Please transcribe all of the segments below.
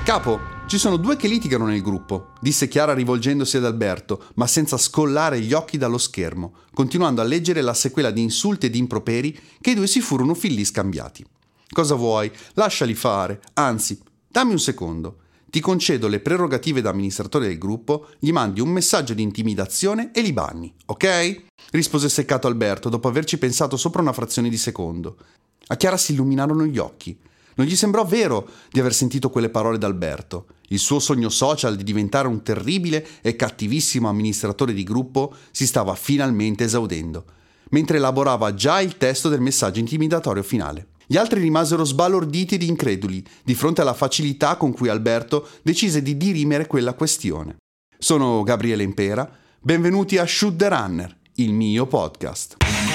Capo, ci sono due che litigano nel gruppo, disse Chiara rivolgendosi ad Alberto, ma senza scollare gli occhi dallo schermo, continuando a leggere la sequela di insulti e di improperi che i due si furono fin lì scambiati. Cosa vuoi? Lasciali fare. Anzi, dammi un secondo. Ti concedo le prerogative da amministratore del gruppo, gli mandi un messaggio di intimidazione e li banni, ok? Rispose seccato Alberto dopo averci pensato sopra una frazione di secondo. A Chiara si illuminarono gli occhi. Non gli sembrò vero di aver sentito quelle parole da Alberto. Il suo sogno social di diventare un terribile e cattivissimo amministratore di gruppo si stava finalmente esaudendo, mentre elaborava già il testo del messaggio intimidatorio finale. Gli altri rimasero sbalorditi ed increduli di fronte alla facilità con cui Alberto decise di dirimere quella questione. Sono Gabriele Impera, benvenuti a Shoot the Runner, il mio podcast.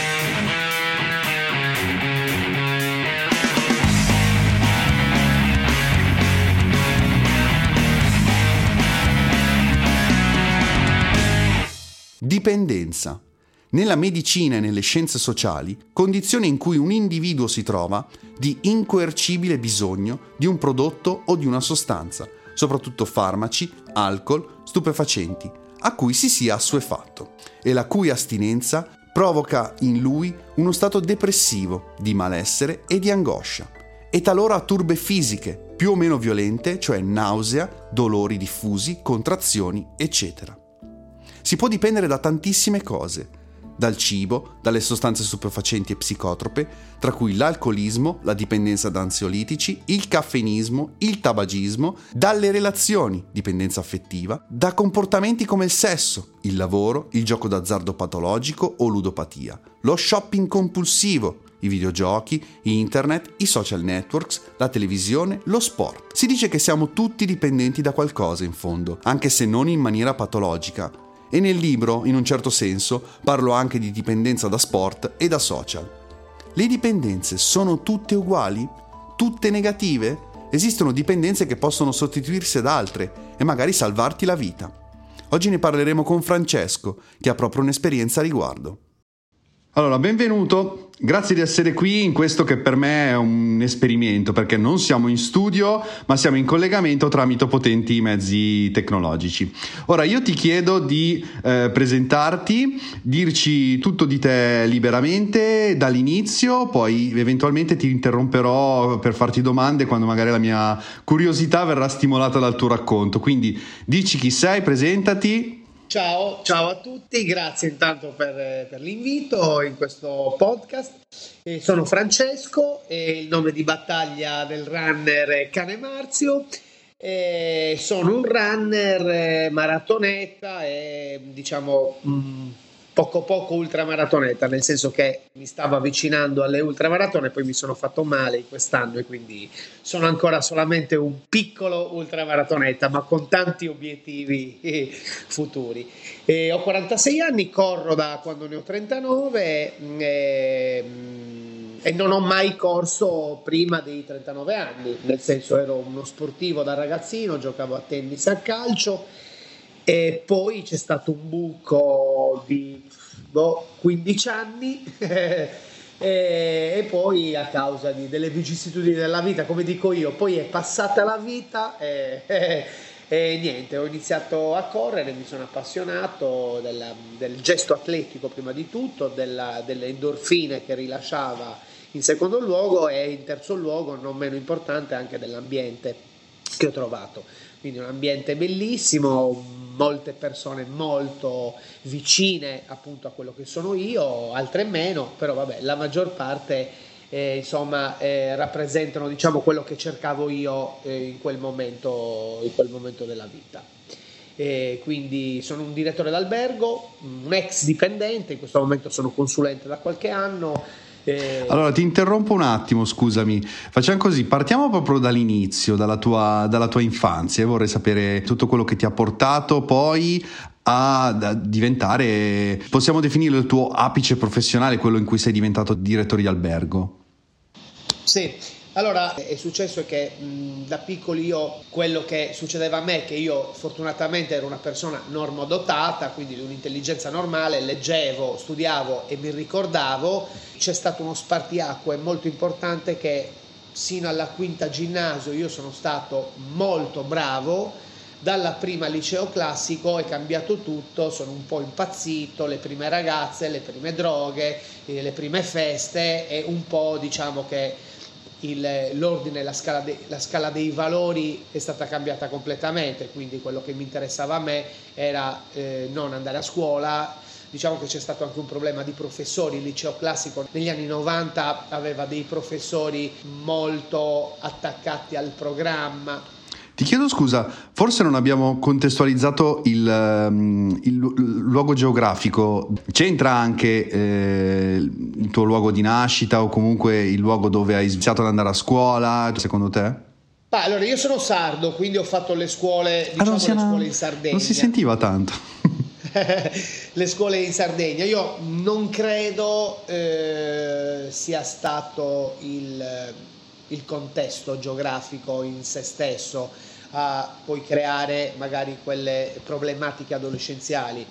Dipendenza. Nella medicina e nelle scienze sociali, condizione in cui un individuo si trova di incoercibile bisogno di un prodotto o di una sostanza, soprattutto farmaci, alcol, stupefacenti, a cui si sia assuefatto, e la cui astinenza provoca in lui uno stato depressivo, di malessere e di angoscia, e talora turbe fisiche, più o meno violente, cioè nausea, dolori diffusi, contrazioni, eccetera. Si può dipendere da tantissime cose, dal cibo, dalle sostanze stupefacenti e psicotrope, tra cui l'alcolismo, la dipendenza da ansiolitici, il caffeinismo, il tabagismo, dalle relazioni, dipendenza affettiva, da comportamenti come il sesso, il lavoro, il gioco d'azzardo patologico o ludopatia, lo shopping compulsivo, i videogiochi, internet, i social networks, la televisione, lo sport. Si dice che siamo tutti dipendenti da qualcosa in fondo, anche se non in maniera patologica. E nel libro, in un certo senso, parlo anche di dipendenza da sport e da social. Le dipendenze sono tutte uguali? Tutte negative? Esistono dipendenze che possono sostituirsi ad altre e magari salvarti la vita. Oggi ne parleremo con Francesco, che ha proprio un'esperienza a riguardo. Allora, benvenuto, grazie di essere qui in questo che per me è un esperimento, perché non siamo in studio, ma siamo in collegamento tramite potenti mezzi tecnologici. Ora, io ti chiedo di presentarti, dirci tutto di te liberamente dall'inizio, poi eventualmente ti interromperò per farti domande quando magari la mia curiosità verrà stimolata dal tuo racconto. Quindi dici chi sei, presentati. Ciao a tutti, grazie intanto per l'invito in questo podcast. Sono Francesco, il nome di battaglia del runner è Cane Marzio. Sono un runner maratoneta e diciamo poco ultramaratoneta, nel senso che mi stavo avvicinando alle ultramaratone, poi mi sono fatto male quest'anno e quindi sono ancora solamente un piccolo ultramaratoneta, ma con tanti obiettivi futuri. Ho 46 anni, corro da quando ne ho 39 e non ho mai corso prima dei 39 anni, nel senso ero uno sportivo da ragazzino, giocavo a tennis e a calcio. E poi c'è stato un buco di 15 anni e poi a causa delle vicissitudini della vita, come dico io, poi è passata la vita e niente, ho iniziato a correre, mi sono appassionato del gesto atletico prima di tutto, delle endorfine che rilasciava in secondo luogo e in terzo luogo, non meno importante, anche dell'ambiente che ho trovato. Quindi un ambiente bellissimo, molte persone molto vicine appunto a quello che sono io, altre meno, però vabbè, la maggior parte rappresentano diciamo quello che cercavo io in quel momento della vita. Quindi sono un direttore d'albergo, un ex dipendente, in questo momento sono consulente da qualche anno. Allora ti interrompo un attimo, scusami, facciamo così, partiamo proprio dall'inizio, dalla tua infanzia, e vorrei sapere tutto quello che ti ha portato poi a diventare, possiamo definire il tuo apice professionale, quello in cui sei diventato direttore di albergo. Sì, allora è successo che da piccoli quello che succedeva a me, che io fortunatamente ero una persona normodotata, quindi di un'intelligenza normale, leggevo, studiavo e mi ricordavo, c'è stato uno spartiacque molto importante che sino alla quinta ginnasio io sono stato molto bravo, dalla prima liceo classico è cambiato tutto, sono un po' impazzito, le prime ragazze, le prime droghe, le prime feste, e un po' diciamo che l'ordine, la scala dei valori è stata cambiata completamente, quindi quello che mi interessava a me era non andare a scuola. Diciamo che c'è stato anche un problema di professori, il liceo classico negli anni 90 aveva dei professori molto attaccati al programma. Ti chiedo scusa, forse non abbiamo contestualizzato il luogo geografico. C'entra anche il tuo luogo di nascita o comunque il luogo dove hai iniziato ad andare a scuola, secondo te? Allora, io sono sardo, quindi ho fatto le scuole, diciamo, le scuole in Sardegna. Non si sentiva tanto. Le scuole in Sardegna. Io non credo sia stato il contesto geografico in se stesso a poi creare magari quelle problematiche adolescenziali.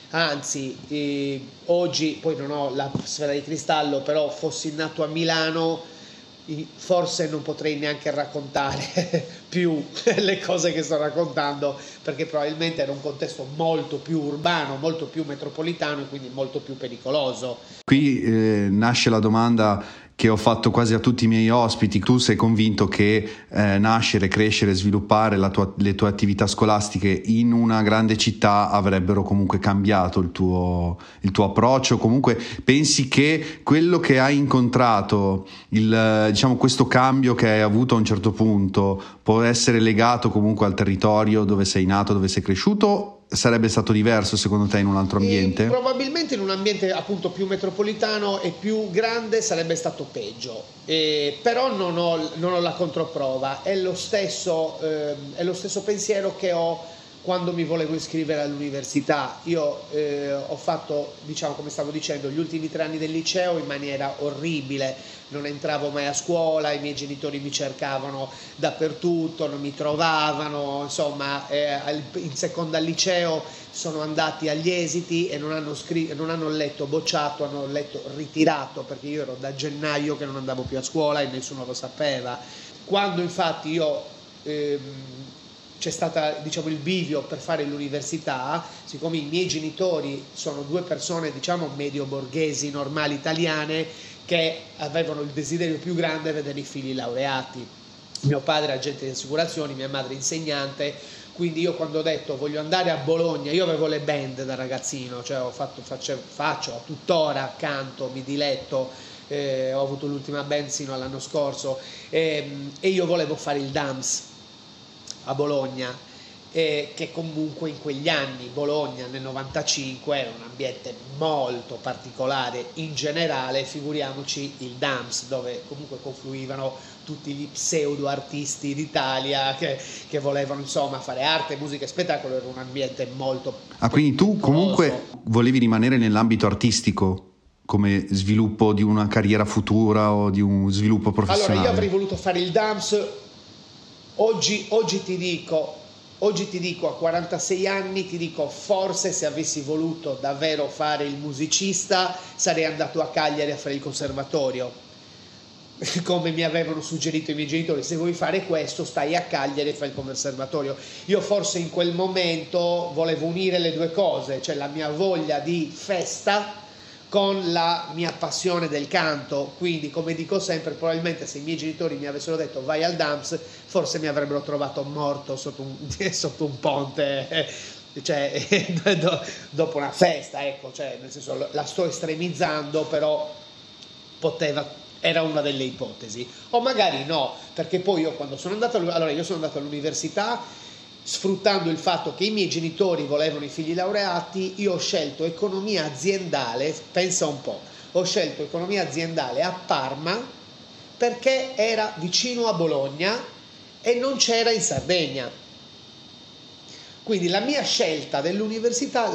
Anzi, oggi poi non ho la sfera di cristallo, però fossi nato a Milano forse non potrei neanche raccontare più le cose che sto raccontando, perché probabilmente era un contesto molto più urbano, molto più metropolitano e quindi molto più pericoloso. Qui nasce la domanda che ho fatto quasi a tutti i miei ospiti. Tu sei convinto che nascere, crescere, sviluppare le tue attività scolastiche in una grande città avrebbero comunque cambiato il tuo approccio? Comunque pensi che quello che hai incontrato, diciamo questo cambio che hai avuto a un certo punto, può essere legato comunque al territorio dove sei nato, dove sei cresciuto? Sarebbe stato diverso secondo te in un altro ambiente? Probabilmente in un ambiente appunto più metropolitano e più grande sarebbe stato peggio, però non ho la controprova. È lo stesso pensiero che ho quando mi volevo iscrivere all'università. Io ho fatto, diciamo, come stavo dicendo, gli ultimi 3 anni del liceo in maniera orribile, non entravo mai a scuola, i miei genitori mi cercavano dappertutto, non mi trovavano, insomma, in seconda al liceo sono andati agli esiti e non hanno letto bocciato, hanno letto ritirato, perché io ero da gennaio che non andavo più a scuola e nessuno lo sapeva. Quando infatti io c'è stato, diciamo, il bivio per fare l'università, siccome i miei genitori sono 2 persone, diciamo, medio borghesi, normali, italiane, che avevano il desiderio più grande di vedere i figli laureati. Mio padre è agente di assicurazioni, mia madre insegnante, quindi io quando ho detto voglio andare a Bologna, io avevo le band da ragazzino, cioè faccio tuttora, canto, mi diletto, ho avuto l'ultima band sino all'anno scorso, e io volevo fare il DAMS a Bologna, che comunque in quegli anni, Bologna nel 95 era un ambiente molto particolare in generale, figuriamoci il DAMS, dove comunque confluivano tutti gli pseudo artisti d'Italia che volevano insomma fare arte, musica e spettacolo. Era un ambiente molto quindi tu comunque volevi rimanere nell'ambito artistico come sviluppo di una carriera futura o di un sviluppo professionale? Allora, io avrei voluto fare il DAMS. Oggi ti dico, a 46 anni ti dico, forse se avessi voluto davvero fare il musicista sarei andato a Cagliari a fare il conservatorio, come mi avevano suggerito i miei genitori: se vuoi fare questo stai a Cagliari e fai il conservatorio. Io forse in quel momento volevo unire le due cose, cioè la mia voglia di festa con la mia passione del canto. Quindi, come dico sempre, probabilmente se i miei genitori mi avessero detto vai al DAMS, forse mi avrebbero trovato morto sotto un ponte, cioè dopo una festa, ecco, cioè nel senso, la sto estremizzando, però era una delle ipotesi, o magari no, perché poi io quando sono andato all'università, sfruttando il fatto che i miei genitori volevano i figli laureati, io ho scelto economia aziendale, pensa un po', ho scelto economia aziendale a Parma perché era vicino a Bologna e non c'era in Sardegna. Quindi la mia scelta dell'università,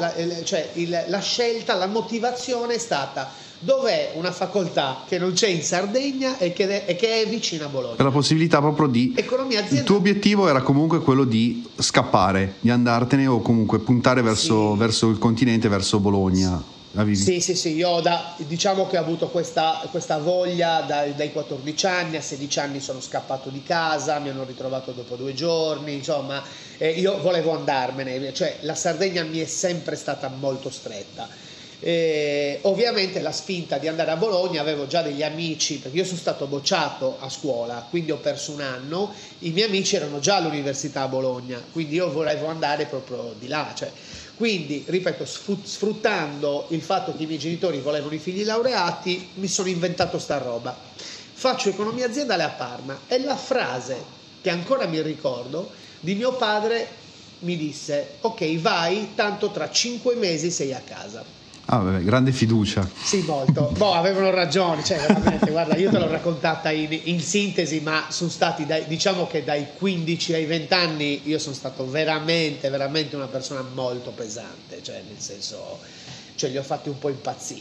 la motivazione è stata: dov'è una facoltà che non c'è in Sardegna e che è vicina a Bologna? Per la possibilità proprio di economia aziendale. Il tuo obiettivo era comunque quello di scappare, di andartene o comunque puntare verso il continente, verso Bologna. avevi? Sì, io diciamo che ho avuto questa voglia dai 14 anni, a 16 anni sono scappato di casa, mi hanno ritrovato dopo 2 giorni, insomma, io volevo andarmene, cioè la Sardegna mi è sempre stata molto stretta. Ovviamente la spinta di andare a Bologna, avevo già degli amici, perché io sono stato bocciato a scuola, quindi ho perso un anno, i miei amici erano già all'università a Bologna, quindi io volevo andare proprio di là, cioè. Quindi, ripeto, sfruttando il fatto che i miei genitori volevano i figli laureati, mi sono inventato sta roba. Faccio economia aziendale a Parma e la frase che ancora mi ricordo di mio padre mi disse: ok, vai, tanto tra 5 mesi sei a casa. Ah, vabbè, grande fiducia. Sì, molto. Boh, avevano ragione, cioè veramente, guarda, io te l'ho raccontata in sintesi, ma sono stati, diciamo che dai 15 ai 20 anni io sono stato veramente una persona molto pesante, cioè nel senso, cioè li ho fatti un po'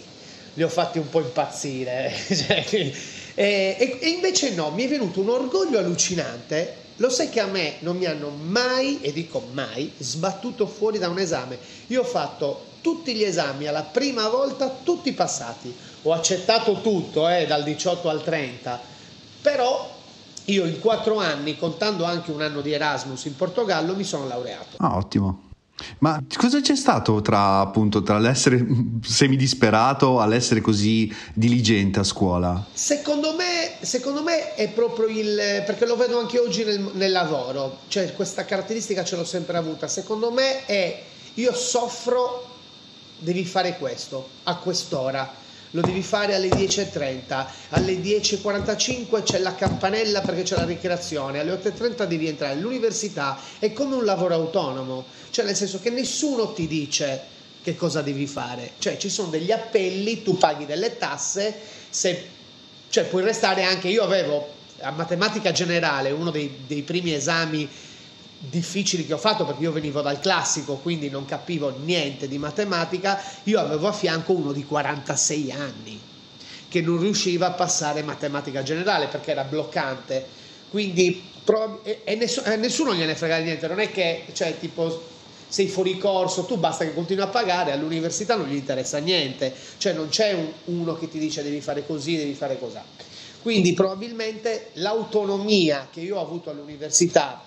impazzire, cioè, e invece no, mi è venuto un orgoglio allucinante. Lo sai che a me non mi hanno mai, e dico mai, sbattuto fuori da un esame. Io ho fatto tutti gli esami alla prima volta, tutti passati. Ho accettato tutto, dal 18 al 30. Però io in 4 anni, contando anche un anno di Erasmus in Portogallo, mi sono laureato. Ah, ottimo. Ma cosa c'è stato tra l'essere semidisperato all'essere così diligente a scuola? Secondo me è proprio perché lo vedo anche oggi nel lavoro, cioè questa caratteristica ce l'ho sempre avuta. Secondo me io soffro, devi fare questo a quest'ora, lo devi fare alle 10:30, alle 10:45 c'è la campanella perché c'è la ricreazione, alle 8:30 devi entrare. L'università è come un lavoro autonomo, cioè nel senso che nessuno ti dice che cosa devi fare, cioè ci sono degli appelli, tu paghi delle tasse, cioè puoi restare anche. Io avevo a matematica generale uno dei primi esami difficili che ho fatto, perché io venivo dal classico, quindi non capivo niente di matematica. Io avevo a fianco uno di 46 anni che non riusciva a passare matematica generale perché era bloccante, quindi nessuno gliene frega niente, non è che, cioè, tipo, sei fuori corso, tu basta che continui a pagare, all'università non gli interessa niente, cioè non c'è uno che ti dice devi fare così, devi fare così. Quindi probabilmente l'autonomia che io ho avuto all'università,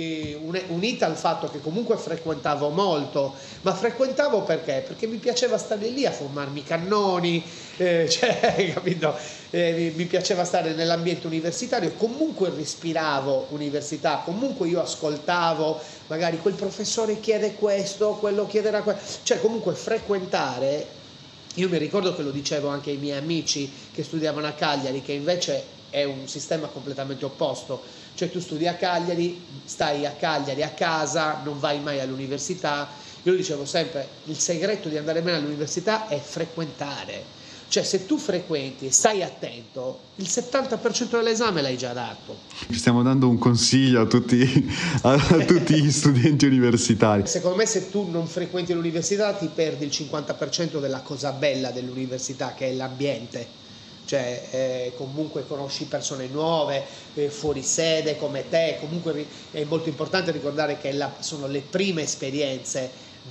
unita al fatto che comunque frequentavo molto, ma frequentavo perché mi piaceva stare lì a fumarmi i cannoni, cioè, capito? Mi piaceva stare nell'ambiente universitario, comunque respiravo università, comunque io ascoltavo, magari quel professore chiede questo, quello chiederà questo, cioè comunque frequentare. Io mi ricordo che lo dicevo anche ai miei amici che studiavano a Cagliari, che invece è un sistema completamente opposto, cioè tu studi a Cagliari, stai a Cagliari a casa, non vai mai all'università. Io dicevo sempre, il segreto di andare bene all'università è frequentare, cioè se tu frequenti e stai attento, il 70% dell'esame l'hai già dato. Stiamo dando un consiglio a tutti gli studenti universitari. Secondo me se tu non frequenti l'università ti perdi il 50% della cosa bella dell'università, che è l'ambiente. Cioè comunque conosci persone nuove, fuori sede come te, comunque è molto importante ricordare che sono le prime esperienze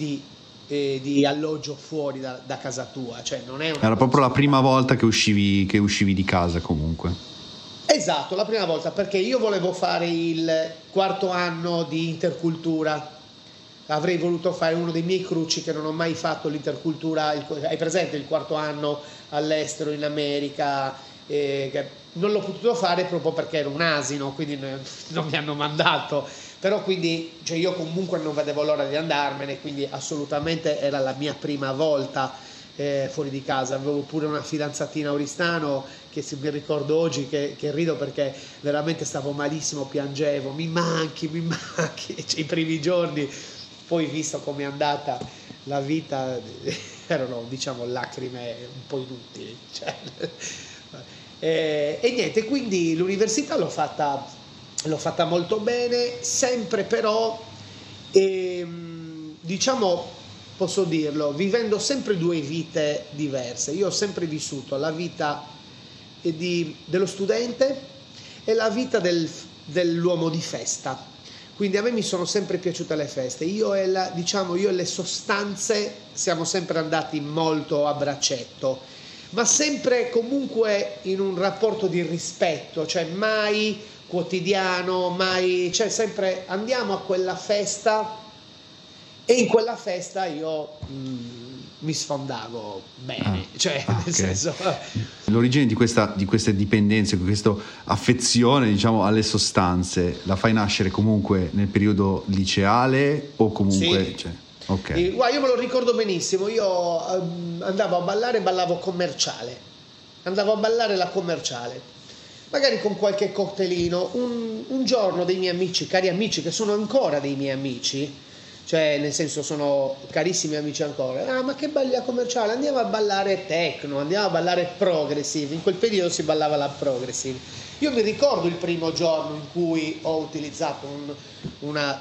di alloggio fuori da casa tua, cioè non è era proprio la prima volta che uscivi di casa comunque. Esatto, la prima volta, perché io volevo fare il 4º anno di intercultura, avrei voluto fare uno dei miei cruci che non ho mai fatto, l'intercultura. Hai presente il 4º anno all'estero in America? Non l'ho potuto fare proprio perché ero un asino, quindi non mi hanno mandato, però quindi, cioè, io comunque non vedevo l'ora di andarmene, quindi assolutamente era la mia prima volta fuori di casa. Avevo pure una fidanzatina a Oristano che, se mi ricordo oggi, che rido perché veramente stavo malissimo, piangevo, mi manchi, cioè, i primi giorni. Poi, visto come è andata la vita, erano, diciamo, lacrime un po' inutili, cioè. E niente, quindi l'università l'ho fatta molto bene, sempre però, diciamo, posso dirlo, vivendo sempre 2 vite diverse. Io ho sempre vissuto la vita dello studente e la vita dell'uomo di festa. quindi a me mi sono sempre piaciute le feste. Io e le sostanze siamo sempre andati molto a braccetto, ma sempre comunque in un rapporto di rispetto, cioè mai quotidiano, mai, cioè sempre andiamo a quella festa e in quella festa io mi sfondavo bene, cioè nel senso... L'origine di queste dipendenze, di questa affezione, diciamo, alle sostanze, la fai nascere comunque nel periodo liceale o comunque... Sì. Cioè, ok. Guarda, io me lo ricordo benissimo, io andavo a ballare, ballavo commerciale, andavo a ballare la commerciale, magari con qualche cocktailino. Un giorno dei miei amici, cari amici, che sono ancora dei miei amici, cioè nel senso sono carissimi amici ancora, ma che balli a commerciale, andiamo a ballare techno, andiamo a ballare progressive, in quel periodo si ballava la progressive. Io mi ricordo il primo giorno in cui ho utilizzato non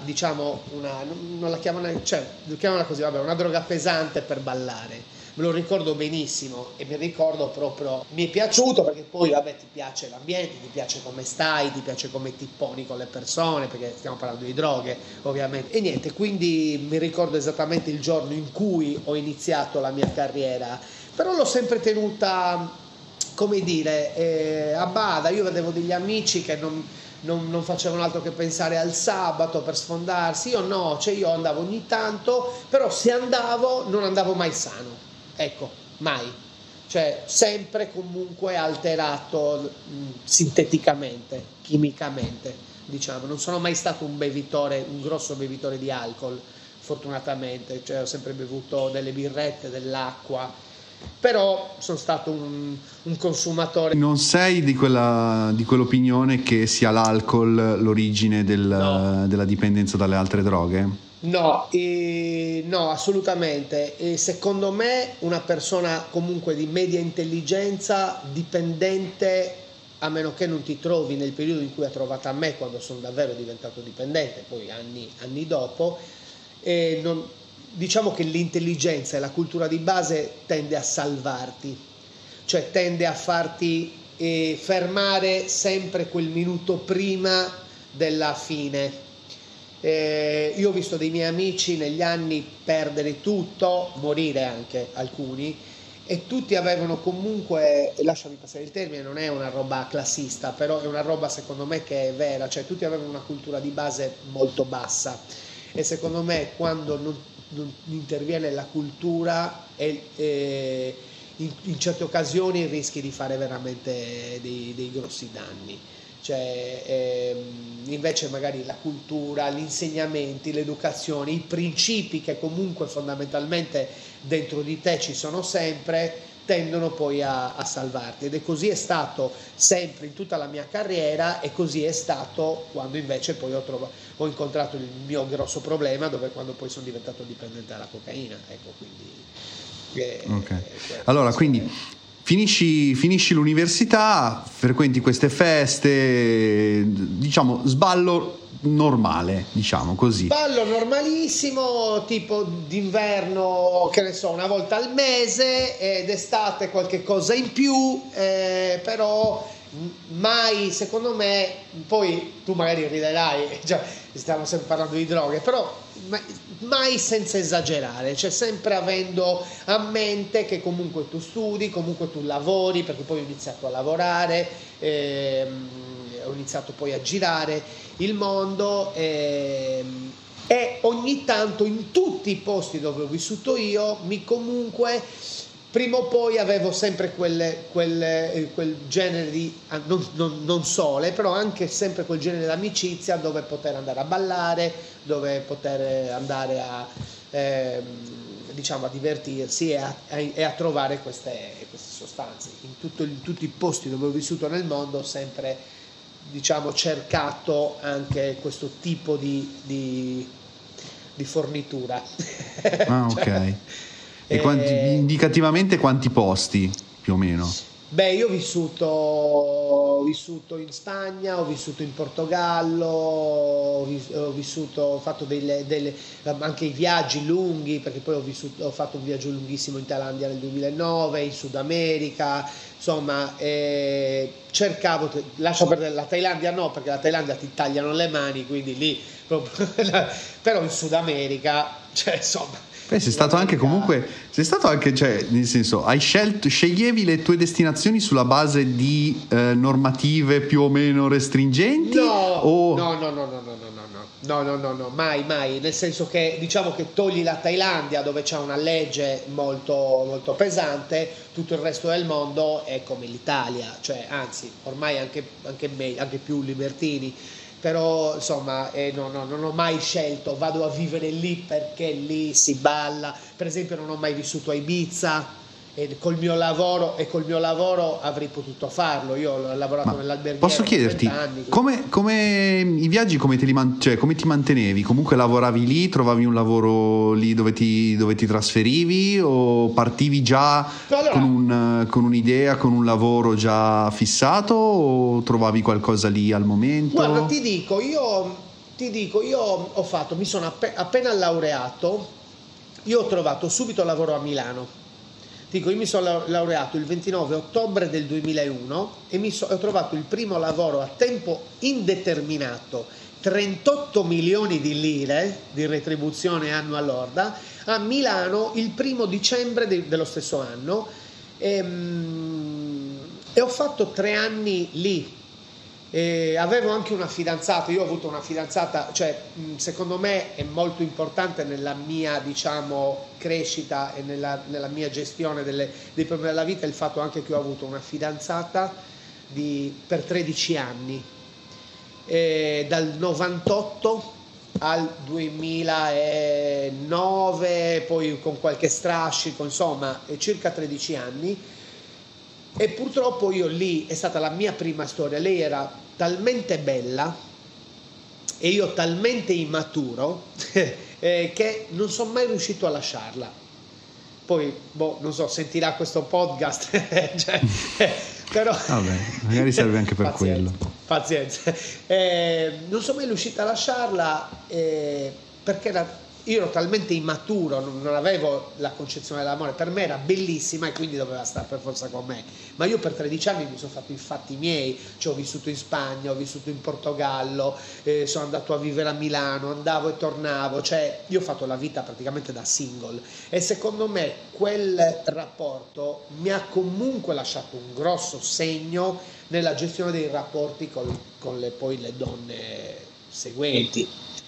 la chiamano, cioè lo chiamano così, vabbè, una droga pesante per ballare. Me lo ricordo benissimo e mi ricordo proprio, mi è piaciuto perché poi vabbè ti piace l'ambiente, ti piace come stai, ti piace come ti poni con le persone, perché stiamo parlando di droghe ovviamente, e niente, quindi mi ricordo esattamente il giorno in cui ho iniziato la mia carriera, però l'ho sempre tenuta, come dire, a bada. Io vedevo degli amici che non facevano altro che pensare al sabato per sfondarsi, io no, cioè io andavo ogni tanto, però se andavo non andavo mai sano. Ecco, mai, cioè sempre comunque alterato sinteticamente, chimicamente, diciamo. Non sono mai stato un grosso bevitore di alcol, fortunatamente, cioè ho sempre bevuto delle birrette, dell'acqua, però sono stato un consumatore. Non sei di quell'opinione che sia l'alcol l'origine della dipendenza dalle altre droghe? No, no, assolutamente. E secondo me una persona comunque di media intelligenza dipendente, a meno che non ti trovi nel periodo in cui ha trovato a me, quando sono davvero diventato dipendente, poi anni dopo, diciamo che l'intelligenza e la cultura di base tende a salvarti, cioè tende a farti fermare sempre quel minuto prima della fine. Io ho visto dei miei amici negli anni perdere tutto, morire anche alcuni, e tutti avevano comunque, lasciami passare il termine, non è una roba classista, però è una roba secondo me che è vera, cioè tutti avevano una cultura di base molto bassa, e secondo me quando non interviene la cultura in certe occasioni rischi di fare veramente dei grossi danni. Cioè, invece magari la cultura, gli insegnamenti, l'educazione, i principi che comunque fondamentalmente dentro di te ci sono sempre, tendono poi a salvarti, ed è così è stato sempre in tutta la mia carriera, e così è stato quando invece poi ho incontrato il mio grosso problema, dove quando poi sono diventato dipendente dalla cocaina, ecco, quindi okay. Allora, quindi finisci l'università, frequenti queste feste, diciamo sballo normale, diciamo così. Ballo normalissimo, tipo d'inverno, che ne so, una volta al mese, ed estate qualche cosa in più, però mai, secondo me, poi tu magari riderai, cioè, stiamo sempre parlando di droghe, però mai senza esagerare, cioè sempre avendo a mente che comunque tu studi, comunque tu lavori, perché poi ho iniziato a lavorare, ho iniziato poi a girare il mondo, e ogni tanto in tutti i posti dove ho vissuto io prima o poi avevo sempre quel genere di, non sole, però anche sempre quel genere di amicizia dove poter andare a ballare, dove poter andare a divertirsi e a trovare queste sostanze. In tutti i posti dove ho vissuto nel mondo ho sempre, diciamo, cercato anche questo tipo di fornitura. Ah, ok. E indicativamente quanti posti più o meno? Beh, io ho vissuto in Spagna, ho vissuto in Portogallo, ho fatto anche i viaggi lunghi, perché poi ho fatto un viaggio lunghissimo in Thailandia nel 2009, in Sud America, insomma, cercavo, lascia perdere la Thailandia no, perché la Thailandia ti tagliano le mani, quindi lì, proprio, però in Sud America, cioè insomma, Beh, sei Sud stato anche America. comunque, sei stato anche, cioè, nel senso, sceglievi le tue destinazioni sulla base di normative più o meno restringenti No, o... no, no, no, no, no, no, no, no, no, no, no, no, mai, mai, nel senso che diciamo che togli la Thailandia dove c'è una legge molto, molto pesante, tutto il resto del mondo è come l'Italia, cioè anzi, ormai anche più libertini, però insomma, no, no, non ho mai scelto, vado a vivere lì perché lì si balla, per esempio non ho mai vissuto a Ibiza. E col mio lavoro avrei potuto farlo. Io ho lavorato Ma posso nell'alberghiero per chiederti, 20 anni. come i viaggi, cioè, come ti mantenevi? Comunque lavoravi lì, trovavi un lavoro lì dove ti trasferivi o partivi già No, allora, con un'idea, con un lavoro già fissato o trovavi qualcosa lì al guarda, momento? io mi sono appena laureato, io ho trovato subito lavoro a Milano. Io mi sono laureato il 29 ottobre del 2001 e ho trovato il primo lavoro a tempo indeterminato, 38 milioni di lire di retribuzione annua lorda, a Milano il 1° dicembre dello stesso anno e ho fatto 3 anni lì. Avevo anche una fidanzata, io ho avuto una fidanzata, cioè secondo me è molto importante nella mia, diciamo, crescita e nella mia gestione dei problemi della vita il fatto anche che ho avuto una fidanzata per 13 anni, dal 98 al 2009, poi con qualche strascico, insomma, circa 13 anni. E purtroppo io lì è stata la mia prima storia, lei era talmente bella e io talmente immaturo che non sono mai riuscito a lasciarla. Poi, boh, non so, sentirà questo podcast, cioè, però Vabbè, magari serve anche per quello. pazienza. Non sono mai riuscito a lasciarla perché io ero talmente immaturo, non avevo la concezione dell'amore, per me era bellissima e quindi doveva stare per forza con me, ma io per 13 anni mi sono fatto i fatti miei, cioè ho vissuto in Spagna, ho vissuto in Portogallo, sono andato a vivere a Milano, andavo e tornavo, cioè io ho fatto la vita praticamente da single e secondo me quel rapporto mi ha comunque lasciato un grosso segno nella gestione dei rapporti con poi le donne seguenti.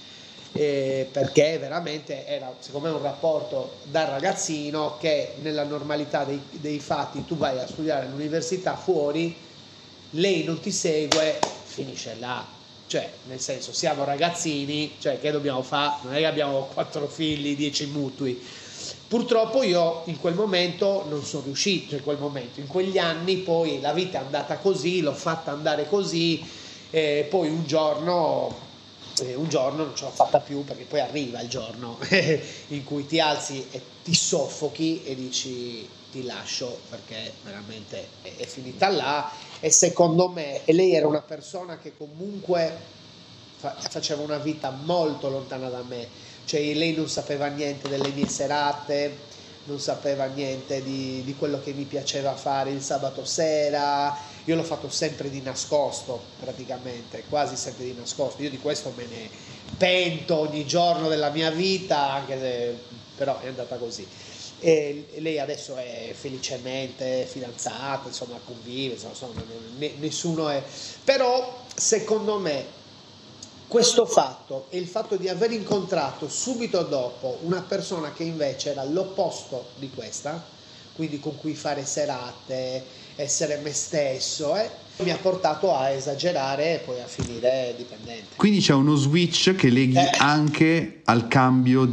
Perché veramente era secondo me un rapporto da ragazzino che nella normalità dei fatti tu vai a studiare all'università fuori, lei non ti segue, finisce là, cioè nel senso siamo ragazzini, cioè che dobbiamo fare? Non è che abbiamo 4 figli, 10 mutui. Purtroppo io in quel momento non sono riuscito, in quegli anni poi la vita è andata così, l'ho fatta andare così e poi un giorno non ce l'ho fatta più perché poi arriva il giorno in cui ti alzi e ti soffochi e dici ti lascio perché veramente è finita là e secondo me e lei era una persona che comunque faceva una vita molto lontana da me, cioè lei non sapeva niente delle mie serate, non sapeva niente di quello che mi piaceva fare il sabato sera, io l'ho fatto sempre di nascosto praticamente, quasi sempre di nascosto, io di questo me ne pento ogni giorno della mia vita, anche se però è andata così. E lei adesso è felicemente fidanzata, insomma convive, insomma, nessuno è... Però secondo me questo fatto e il fatto di aver incontrato subito dopo una persona che invece era l'opposto di questa, quindi con cui fare serate, essere me stesso, mi ha portato a esagerare e poi a finire dipendente. Quindi c'è uno switch che leghi anche al cambio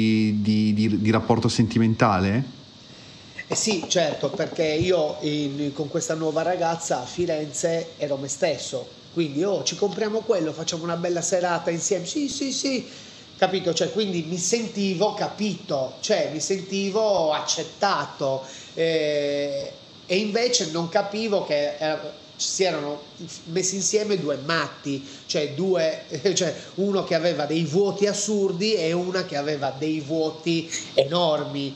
di rapporto sentimentale? Sì, certo, perché io con questa nuova ragazza a Firenze ero me stesso, quindi ci compriamo quello, facciamo una bella serata insieme, sì, sì, sì, capito? Cioè, quindi mi sentivo capito, cioè mi sentivo accettato e e invece non capivo che si erano messi insieme due matti, cioè uno che aveva dei vuoti assurdi e una che aveva dei vuoti enormi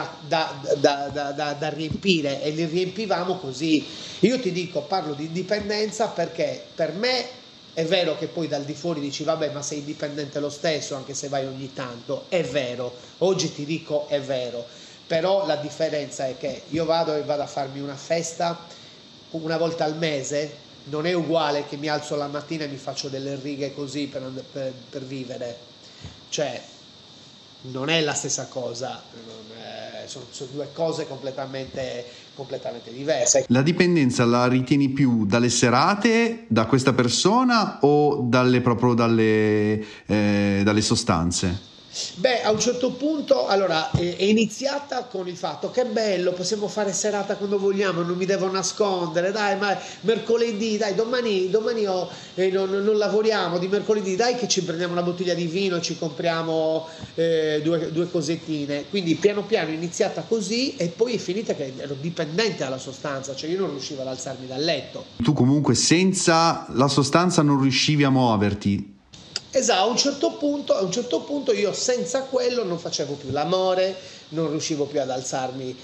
da riempire, e li riempivamo così. Io ti dico, parlo di indipendenza perché per me è vero che poi dal di fuori dici vabbè, ma sei indipendente lo stesso anche se vai ogni tanto, è vero, oggi ti dico è vero, però la differenza è che io vado a farmi una festa una volta al mese, non è uguale che mi alzo la mattina e mi faccio delle righe così per vivere, cioè non è la stessa cosa, sono due cose completamente diverse. La dipendenza la ritieni più dalle serate, da questa persona, o proprio dalle sostanze? Beh, a un certo punto, allora, è iniziata con il fatto che è bello, possiamo fare serata quando vogliamo, non mi devo nascondere, dai, ma mercoledì, dai, domani non lavoriamo, di mercoledì, dai che ci prendiamo una bottiglia di vino e ci compriamo due cosettine. Quindi piano piano è iniziata così e poi è finita che ero dipendente dalla sostanza, cioè io non riuscivo ad alzarmi dal letto. Tu comunque senza la sostanza non riuscivi a muoverti? Esatto, a un certo punto io senza quello non facevo più l'amore, non riuscivo più ad alzarmi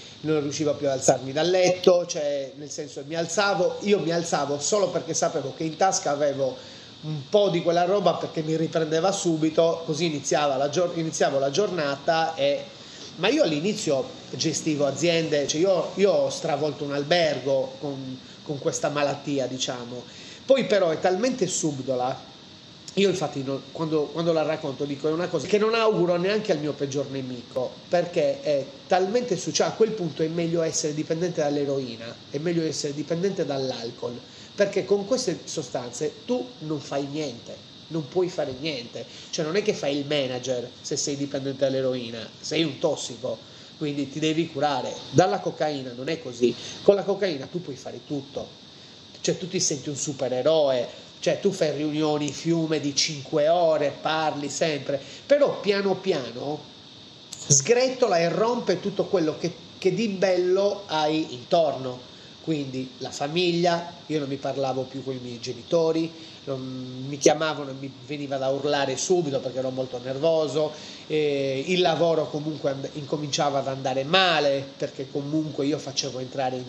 dal letto, cioè nel senso mi alzavo solo perché sapevo che in tasca avevo un po' di quella roba, perché mi riprendeva subito, così iniziavo la giornata. Ma io all'inizio gestivo aziende, cioè io ho stravolto un albergo con questa malattia, diciamo. Poi però è talmente subdola. Io infatti quando la racconto dico è una cosa che non auguro neanche al mio peggior nemico, perché è talmente cioè a quel punto è meglio essere dipendente dall'eroina, è meglio essere dipendente dall'alcol, perché con queste sostanze tu non fai niente, non puoi fare niente, cioè non è che fai il manager se sei dipendente dall'eroina, sei un tossico, quindi ti devi curare. Dalla cocaina non è così, con la cocaina tu puoi fare tutto, cioè tu ti senti un supereroe. Cioè tu fai riunioni fiume di 5 ore, parli sempre, però piano piano sgretola e rompe tutto quello che di bello hai intorno. Quindi la famiglia, io non mi parlavo più con i miei genitori, mi chiamavano e mi veniva da urlare subito perché ero molto nervoso, il lavoro comunque incominciava ad andare male, perché comunque io facevo entrare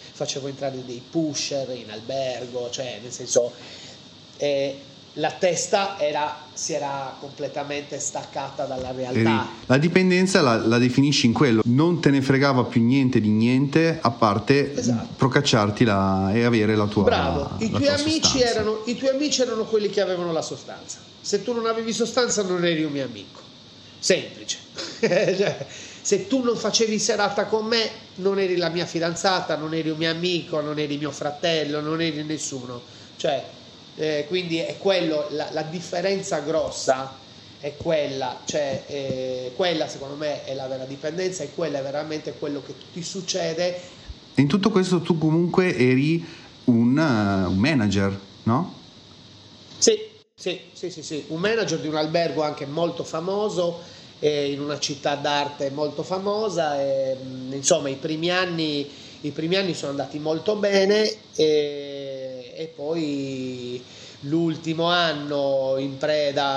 dei pusher in albergo, cioè nel senso la testa si era completamente staccata dalla realtà. La dipendenza la definisci in quello, non te ne fregava più niente di niente a parte procacciarti e avere la tua. Bravo, i tuoi amici erano quelli che avevano la sostanza. Se tu non avevi sostanza non eri un mio amico, semplice. Cioè, se tu non facevi serata con me non eri la mia fidanzata, non eri un mio amico, non eri mio fratello, non eri nessuno, cioè quindi è quello, la differenza grossa è quella, cioè quella secondo me è la vera dipendenza, e quella è veramente quello che ti succede. In tutto questo tu comunque eri un manager, no? Sì, un manager di un albergo anche molto famoso, in una città d'arte molto famosa, insomma i primi anni sono andati molto bene, e poi l'ultimo anno in preda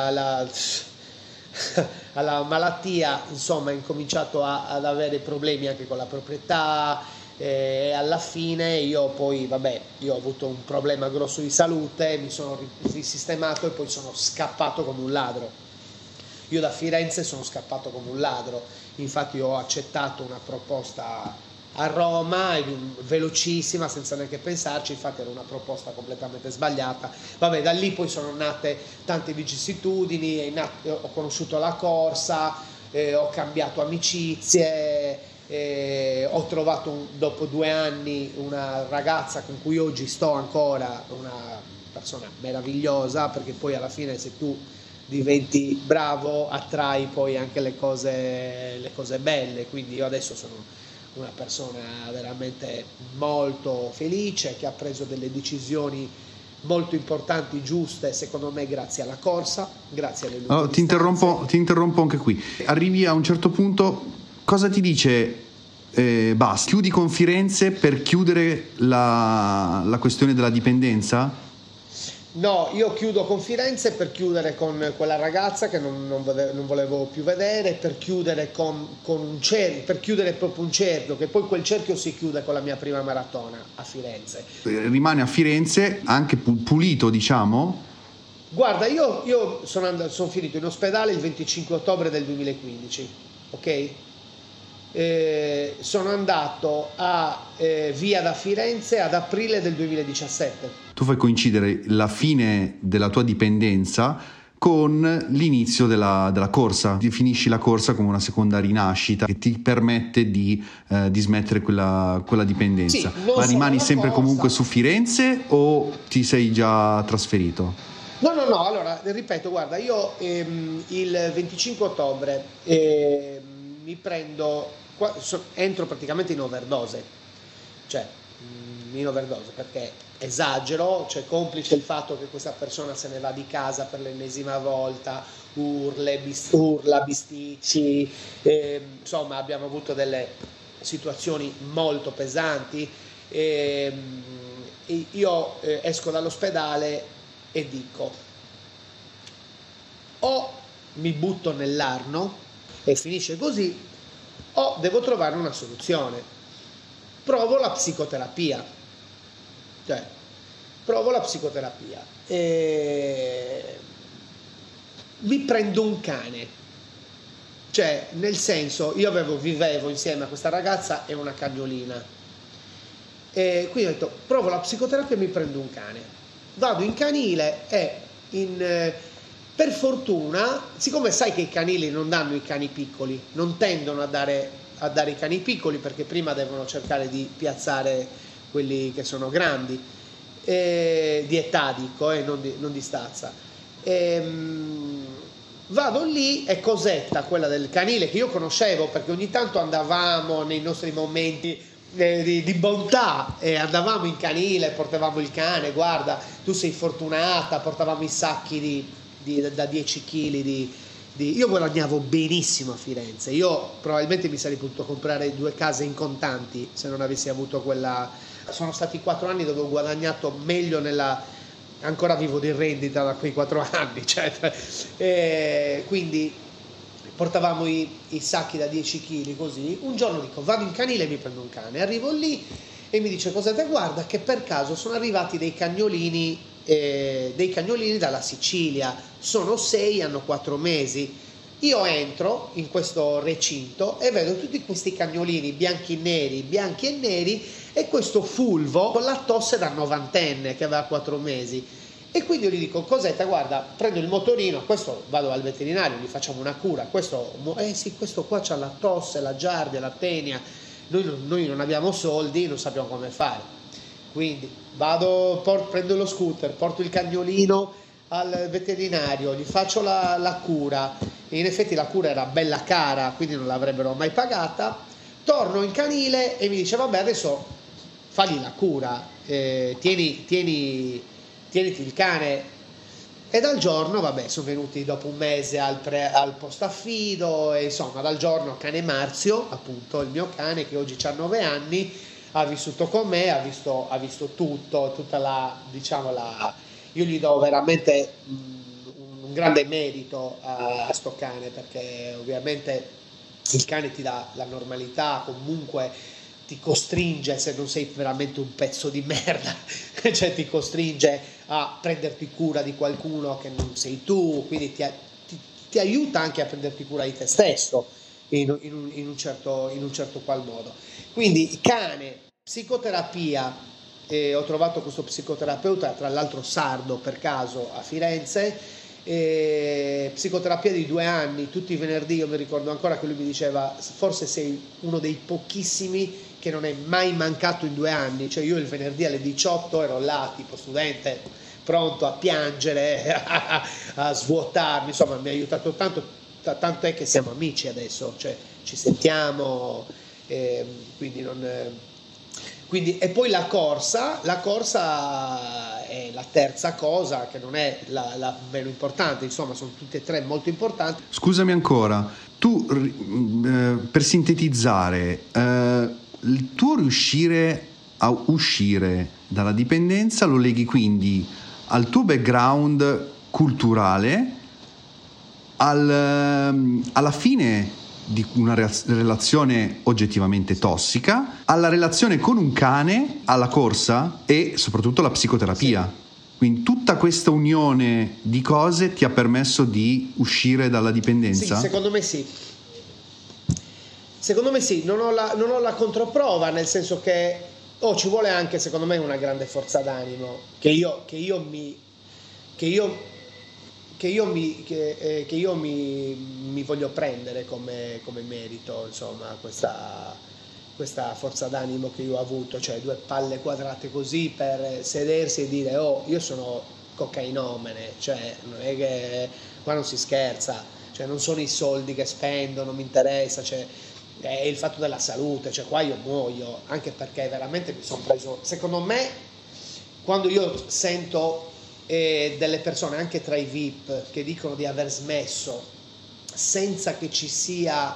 alla malattia, insomma, ho incominciato ad avere problemi anche con la proprietà, e alla fine io ho avuto un problema grosso di salute, mi sono risistemato e poi sono scappato come un ladro. Io da Firenze sono scappato come un ladro, infatti ho accettato una proposta a Roma, velocissima, senza neanche pensarci, infatti era una proposta completamente sbagliata. Vabbè, da lì poi sono nate tante vicissitudini, ho conosciuto la corsa, ho cambiato amicizie, ho trovato dopo 2 anni una ragazza con cui oggi sto ancora, una persona meravigliosa, perché poi alla fine se tu diventi bravo attrai poi anche le cose belle, quindi io adesso sono una persona veramente molto felice, che ha preso delle decisioni molto importanti, giuste, secondo me, grazie alla corsa, grazie alle lunghe distanze. Ti interrompo anche qui. Arrivi a un certo punto, cosa ti dice basta. Chiudi con Firenze per chiudere la questione della dipendenza? No, io chiudo con Firenze per chiudere con quella ragazza che non volevo più vedere, per chiudere con un cerchio, per chiudere proprio un cerchio, che poi quel cerchio si chiude con la mia prima maratona a Firenze. Rimane a Firenze anche pulito, diciamo? Guarda, io sono finito in ospedale il 25 ottobre del 2015, ok? Sono andato via da Firenze ad aprile del 2017. Tu fai coincidere la fine della tua dipendenza con l'inizio della corsa. Definisci la corsa come una seconda rinascita che ti permette di smettere quella dipendenza. Sì, ma rimani sempre corsa. Comunque su Firenze o ti sei già trasferito? No, allora ripeto, guarda, io il 25 ottobre mi prendo, entro praticamente in overdose, cioè in overdose perché esagero, cioè complice il fatto che questa persona se ne va di casa per l'ennesima volta, urla, bisticci, insomma abbiamo avuto delle situazioni molto pesanti. Io esco dall'ospedale e dico: o mi butto nell'Arno e finisce così, o devo trovare una soluzione. Provo la psicoterapia, e mi prendo un cane, cioè nel senso vivevo insieme a questa ragazza e una cagnolina, e quindi ho detto provo la psicoterapia e mi prendo un cane, vado in canile e per fortuna, siccome sai che i canili non danno i cani piccoli, non tendono a dare i cani piccoli perché prima devono cercare di piazzare quelli che sono grandi, di età dico, non di stazza. Vado lì e Cosetta, quella del canile che io conoscevo perché ogni tanto andavamo nei nostri momenti di bontà e andavamo in canile, portavamo il cane, guarda tu sei fortunata, portavamo i sacchi da 10 kg io guadagnavo benissimo a Firenze, io probabilmente mi sarei potuto comprare 2 case in contanti se non avessi avuto quella. Sono stati 4 anni dove ho guadagnato meglio ancora vivo di rendita da quei 4 anni, cioè, quindi portavamo i sacchi da 10 kg così. Un giorno dico vado in canile e mi prendo un cane, arrivo lì e mi dice Cosetta, guarda che per caso sono arrivati dei cagnolini dalla Sicilia, sono 6, hanno 4 mesi. Io entro in questo recinto e vedo tutti questi cagnolini bianchi e neri e questo fulvo con la tosse da novantenne che aveva 4 mesi. E quindi io gli dico Cosetta, guarda, prendo il motorino, questo vado al veterinario, gli facciamo una cura, questo qua c'ha la tosse, la giardia, la tenia, noi non abbiamo soldi, non sappiamo come fare. Quindi prendo lo scooter, porto il cagnolino al veterinario, gli faccio la cura, e in effetti la cura era bella cara, quindi non l'avrebbero mai pagata. Torno in canile e mi dice vabbè adesso fagli la cura, tieniti il cane. E dal giorno, sono venuti dopo un mese al post affido, e insomma dal giorno cane Marzio, appunto il mio cane che oggi ha 9 anni, ha vissuto con me, ha visto tutta io gli do veramente un grande merito a sto cane, perché ovviamente il cane ti dà la normalità, comunque ti costringe, se non sei veramente un pezzo di merda, cioè ti costringe a prenderti cura di qualcuno che non sei tu, quindi ti aiuta anche a prenderti cura di te stesso in un certo qual modo. Quindi cane, psicoterapia, ho trovato questo psicoterapeuta, tra l'altro sardo per caso, a Firenze, psicoterapia di 2 anni, tutti i venerdì. Io mi ricordo ancora che lui mi diceva forse sei uno dei pochissimi che non è mai mancato in 2 anni, cioè io il venerdì alle 18 ero là tipo studente pronto a piangere, a svuotarmi, insomma mi ha aiutato tanto è che siamo amici adesso, cioè ci sentiamo, quindi e poi la corsa è la terza cosa, che non è la meno importante, insomma sono tutte e tre molto importanti. Scusami ancora, per sintetizzare, il tuo riuscire a uscire dalla dipendenza lo leghi quindi al tuo background culturale, alla fine di una relazione oggettivamente tossica, alla relazione con un cane, alla corsa e soprattutto alla psicoterapia. Sì. Quindi tutta questa unione di cose ti ha permesso di uscire dalla dipendenza? Sì, secondo me sì. Secondo me sì, non ho la controprova, nel senso che ci vuole anche, secondo me, una grande forza d'animo che io mi voglio prendere come merito, insomma, questa forza d'animo che io ho avuto, cioè 2 palle quadrate così per sedersi e dire io sono cocainomane, cioè non è che qua non si scherza, cioè non sono i soldi che spendo, non mi interessa, cioè è il fatto della salute, cioè qua io muoio, anche perché veramente mi sono preso, secondo me, quando io sento delle persone anche tra i VIP che dicono di aver smesso senza che ci sia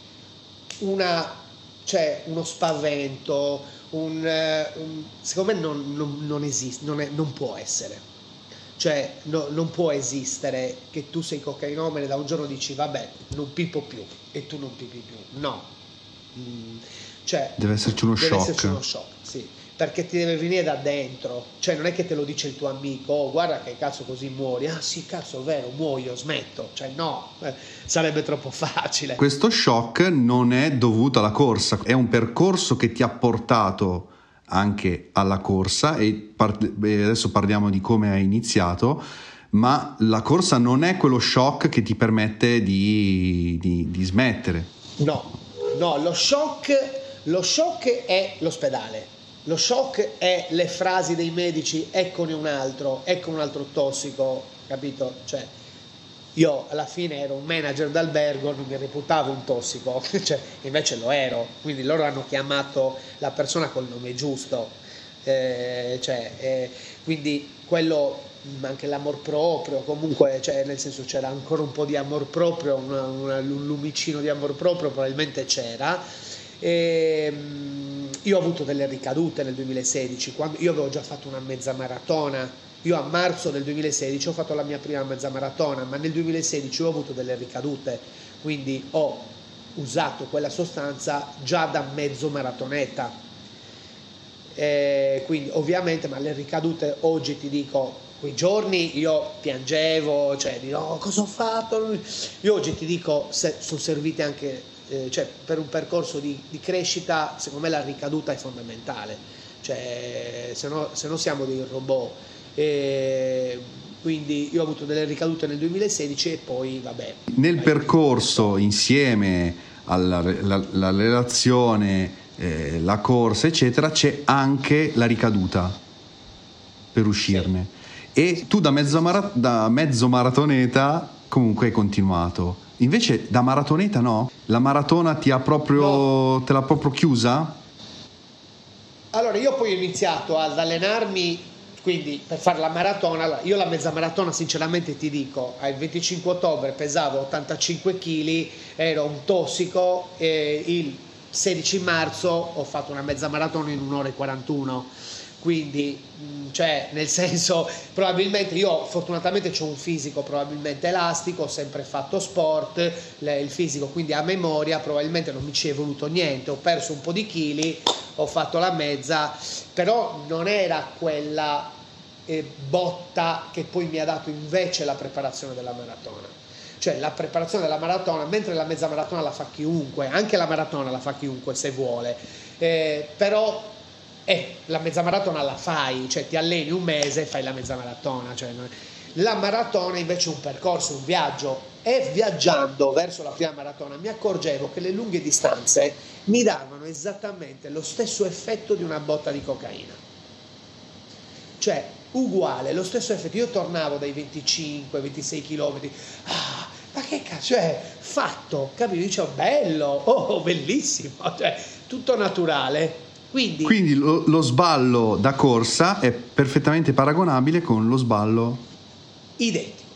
uno spavento, secondo me non esiste, non può essere, cioè non può esistere che tu sei cocainomane da un giorno dici vabbè non pippo più e tu non pipi più, no, cioè deve esserci uno shock, sì, perché ti deve venire da dentro, cioè non è che te lo dice il tuo amico, guarda che cazzo così muori, sì cazzo è vero, muoio, smetto, cioè no, sarebbe troppo facile. Questo shock non è dovuto alla corsa, è un percorso che ti ha portato anche alla corsa e adesso parliamo di come hai iniziato, ma la corsa non è quello shock che ti permette di smettere. No, lo shock è l'ospedale. Lo shock è le frasi dei medici, eccone un altro tossico, capito? Cioè, io alla fine ero un manager d'albergo, non mi reputavo un tossico, cioè, invece lo ero, quindi loro hanno chiamato la persona col nome giusto, quindi quello, anche l'amor proprio, comunque, cioè, nel senso c'era ancora un po' di amor proprio, un lumicino di amor proprio probabilmente c'era. Io ho avuto delle ricadute nel 2016, quando io avevo già fatto una mezza maratona. Io a marzo del 2016 ho fatto la mia prima mezza maratona, ma nel 2016 ho avuto delle ricadute, quindi ho usato quella sostanza già da mezzo maratoneta, quindi ovviamente, ma le ricadute oggi ti dico, quei giorni io piangevo, cioè dico cosa ho fatto, io oggi ti dico sono servite anche cioè per un percorso di crescita. Secondo me la ricaduta è fondamentale, cioè se no siamo dei robot, quindi io ho avuto delle ricadute nel 2016 e poi vabbè. Nel percorso insieme alla relazione, la corsa eccetera, c'è anche la ricaduta per uscirne, sì. E tu da mezzo maratoneta comunque hai continuato. Invece da maratoneta no? La maratona te l'ha proprio chiusa? Allora io poi ho iniziato ad allenarmi, quindi per fare la maratona, io la mezza maratona sinceramente ti dico, al 25 ottobre pesavo 85 kg, ero un tossico, e il 16 marzo ho fatto una mezza maratona in 1 ora e 41. Quindi, cioè, nel senso, probabilmente io fortunatamente ho un fisico probabilmente elastico, ho sempre fatto sport, il fisico, quindi a memoria probabilmente non mi ci è voluto niente, ho perso un po' di chili, ho fatto la mezza, però non era quella botta che poi mi ha dato invece la preparazione della maratona. Cioè la preparazione della maratona, mentre la mezza maratona la fa chiunque, anche la maratona la fa chiunque se vuole, però la mezza maratona la fai, cioè ti alleni un mese e fai la mezza maratona, cioè, la maratona invece è un percorso, un viaggio, e viaggiando verso la prima maratona mi accorgevo che le lunghe distanze mi davano esattamente lo stesso effetto di una botta di cocaina, cioè uguale, lo stesso effetto. Io tornavo dai 25-26 chilometri, ma che cazzo, cioè fatto, capito? Dicevo bello, bellissimo, cioè tutto naturale. Quindi lo sballo da corsa è perfettamente paragonabile con lo sballo identico.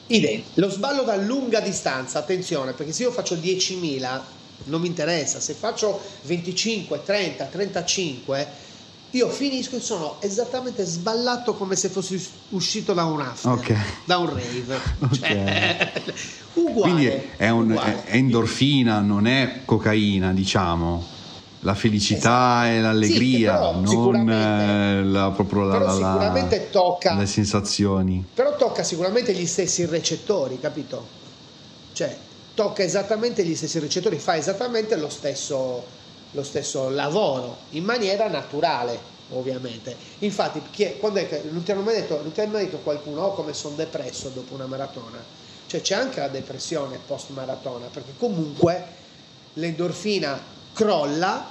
idem. Lo sballo da lunga distanza, attenzione, perché se io faccio 10.000 non mi interessa, se faccio 25, 30, 35 io finisco e sono esattamente sballato come se fossi uscito da un after, da un rave. Cioè, uguale. Quindi è uguale. È endorfina, non è cocaina, diciamo. La felicità e l'allegria, sì, non sicuramente tocca le sensazioni. Però tocca sicuramente gli stessi recettori, capito? Cioè, tocca esattamente gli stessi recettori, fa esattamente lo stesso lavoro in maniera naturale, ovviamente. Infatti, quando è che non ti hanno mai detto qualcuno come sono depresso dopo una maratona? Cioè, c'è anche la depressione post maratona, perché comunque l'endorfina crolla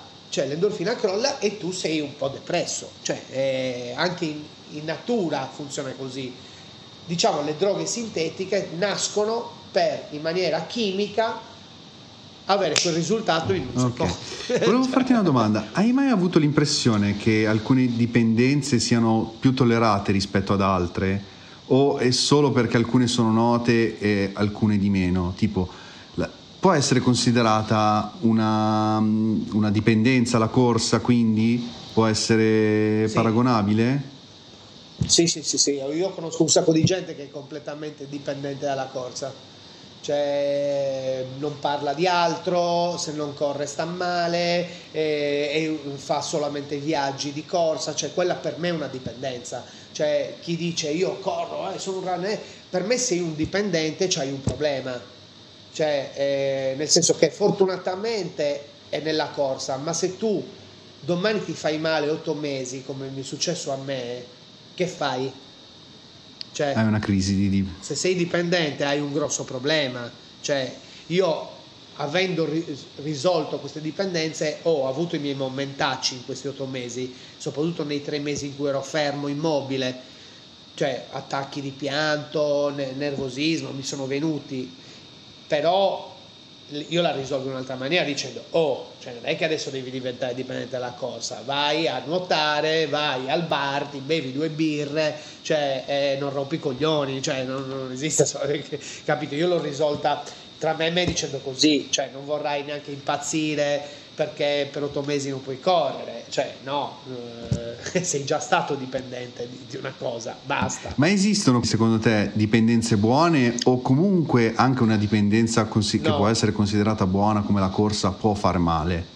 e tu sei un po' depresso. Cioè, anche in natura funziona così. Diciamo, le droghe sintetiche nascono per, in maniera chimica, avere quel risultato in un secondo. Volevo farti una domanda: hai mai avuto l'impressione che alcune dipendenze siano più tollerate rispetto ad altre, o è solo perché alcune sono note e alcune di meno? Tipo, può essere considerata una dipendenza la corsa, quindi può essere paragonabile? Sì, io conosco un sacco di gente che è completamente dipendente dalla corsa. Cioè, non parla di altro, se non corre sta male, e fa solamente viaggi di corsa. Cioè, quella per me è una dipendenza. Cioè, chi dice io corro, sono un runner, per me sei un dipendente, c'hai un problema. Cioè, nel senso che fortunatamente è nella corsa, ma se tu domani ti fai male 8 mesi, come mi è successo a me, che fai? Cioè, hai una crisi se sei dipendente hai un grosso problema. Cioè, io, avendo risolto queste dipendenze, ho avuto i miei momentacci in questi 8 mesi, soprattutto nei 3 mesi in cui ero fermo, immobile. Cioè, attacchi di pianto, nervosismo mi sono venuti, però io la risolvo in un'altra maniera dicendo cioè non è che adesso devi diventare dipendente dalla corsa, vai a nuotare, vai al bar, ti bevi 2 birre, cioè non rompi i coglioni, cioè non esiste, capito? Io l'ho risolta tra me e me dicendo così, cioè non vorrai neanche impazzire perché per 8 mesi non puoi correre, cioè no, sei già stato dipendente di una cosa, basta. Ma esistono secondo te dipendenze buone, o comunque anche una dipendenza che può essere considerata buona come la corsa può far male?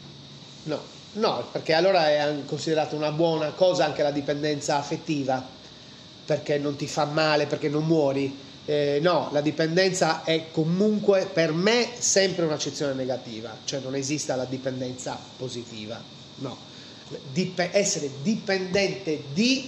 No, perché allora è considerata una buona cosa anche la dipendenza affettiva, perché non ti fa male, perché non muori. No, la dipendenza è comunque per me sempre un'accezione negativa, cioè non esiste la dipendenza positiva, no. Essere dipendente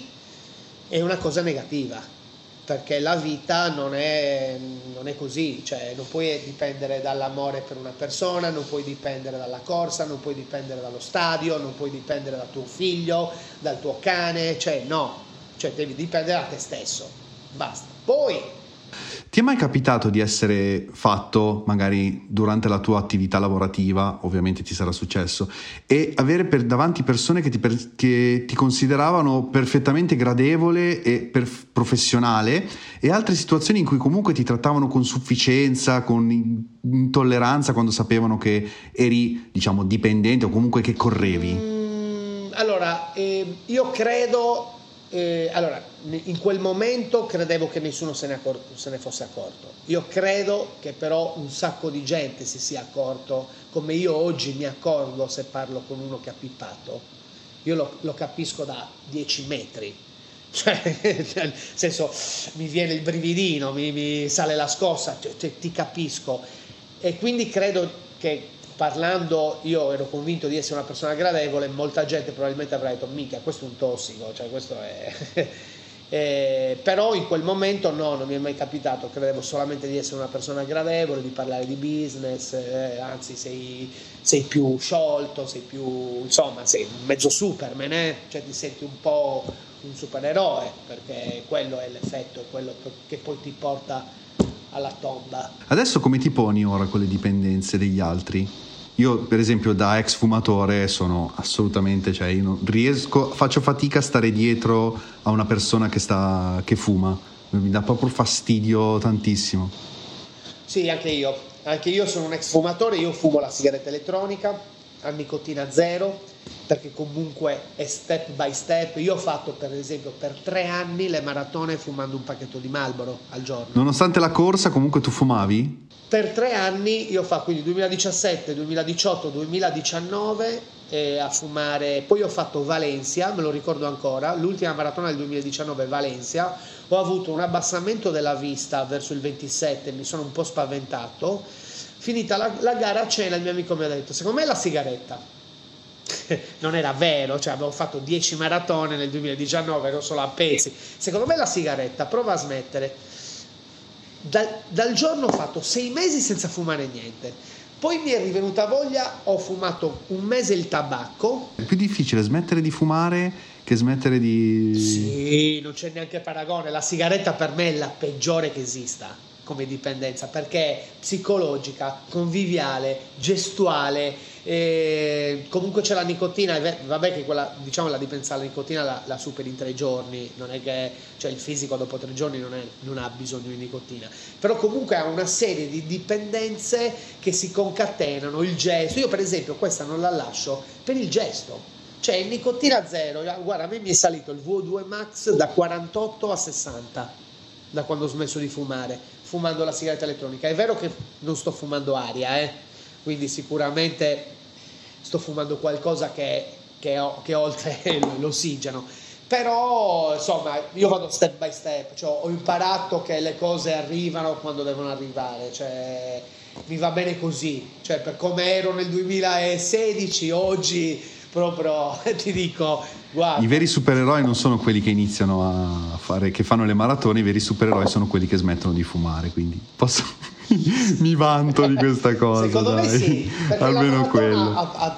è una cosa negativa, perché la vita non è così, cioè non puoi dipendere dall'amore per una persona, non puoi dipendere dalla corsa, non puoi dipendere dallo stadio, non puoi dipendere da tuo figlio, dal tuo cane, cioè no, cioè devi dipendere da te stesso, basta. Poi ti è mai capitato di essere fatto, magari durante la tua attività lavorativa, ovviamente ti sarà successo, e avere davanti persone che ti consideravano perfettamente gradevole e professionale, e altre situazioni in cui comunque ti trattavano con sufficienza, con intolleranza, quando sapevano che eri, diciamo, dipendente o comunque che correvi? Allora, io credo... allora, in quel momento credevo che nessuno se ne fosse accorto. Io credo che però un sacco di gente si sia accorto, come io oggi mi accorgo se parlo con uno che ha pippato. Io lo capisco da 10 metri. Cioè, nel senso, mi viene il brividino, mi sale la scossa, cioè, ti capisco. E quindi credo che, parlando, io ero convinto di essere una persona gradevole, molta gente probabilmente avrà detto mica, questo è un tossico, cioè questo è... però in quel momento no, non mi è mai capitato, credevo solamente di essere una persona gradevole, di parlare di business, anzi sei più sciolto, sei più, insomma, sei mezzo Superman, cioè ti senti un po' un supereroe, perché quello è l'effetto, è quello che poi ti porta alla tomba. Adesso come ti poni ora con le dipendenze degli altri? Io per esempio da ex fumatore sono assolutamente, cioè io non riesco, faccio fatica a stare dietro a una persona che fuma, mi dà proprio fastidio tantissimo. Sì, anche io sono un ex fumatore, io fumo la sigaretta elettronica a nicotina zero, perché comunque è step by step. Io ho fatto per esempio per 3 anni le maratone fumando un pacchetto di Marlboro al giorno. Nonostante la corsa comunque tu fumavi? Per 3 anni io ho fatto, quindi 2017, 2018, 2019 a fumare. Poi ho fatto Valencia, me lo ricordo ancora, l'ultima maratona del 2019 Valencia. Ho avuto un abbassamento della vista verso il 27, mi sono un po' spaventato. Finita la gara a cena il mio amico mi ha detto: secondo me la sigaretta. Non era vero, cioè avevo fatto 10 maratone nel 2019, ero solo a pesi. Secondo me la sigaretta, prova a smettere. Dal giorno ho fatto 6 mesi senza fumare niente. Poi mi è rivenuta voglia, ho fumato 1 mese il tabacco. È più difficile smettere di fumare che smettere di... Sì, non c'è neanche paragone. La sigaretta per me è la peggiore che esista come dipendenza, perché è psicologica, conviviale, gestuale, comunque c'è la nicotina. Vabbè che quella, diciamo, la dipendenza alla nicotina la superi in 3 giorni, non è che, cioè, il fisico dopo 3 giorni non ha bisogno di nicotina, però comunque ha una serie di dipendenze che si concatenano. Il gesto, io per esempio questa non la lascio per il gesto, cioè in nicotina zero. Guarda, a me mi è salito il VO2 max da 48 a 60 da quando ho smesso di fumare, fumando la sigaretta elettronica. È vero che non sto fumando aria, quindi sicuramente sto fumando qualcosa che oltre l'ossigeno, però insomma io vado step by step, cioè, ho imparato che le cose arrivano quando devono arrivare, cioè mi va bene così, cioè per come ero nel 2016 oggi proprio ti dico, guarda. I veri supereroi non sono quelli che iniziano a fare, che fanno le maratone. I veri supereroi sono quelli che smettono di fumare, quindi mi vanto di questa cosa. Secondo me sì, perché almeno quello.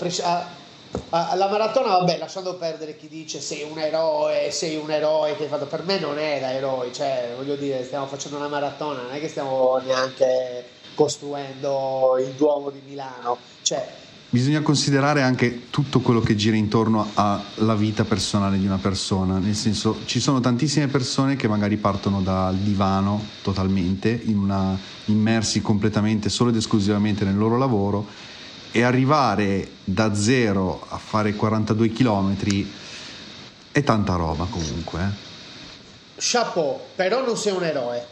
La maratona, vabbè, lasciando perdere chi dice sei un eroe che hai fatto, per me non è da eroi, cioè voglio dire, stiamo facendo una maratona, non è che stiamo neanche costruendo il Duomo di Milano, cioè bisogna considerare anche tutto quello che gira intorno alla vita personale di una persona, nel senso, ci sono tantissime persone che magari partono dal divano totalmente, immersi completamente solo ed esclusivamente nel loro lavoro, e arrivare da zero a fare 42 chilometri è tanta roba comunque. Chapeau, però non sei un eroe.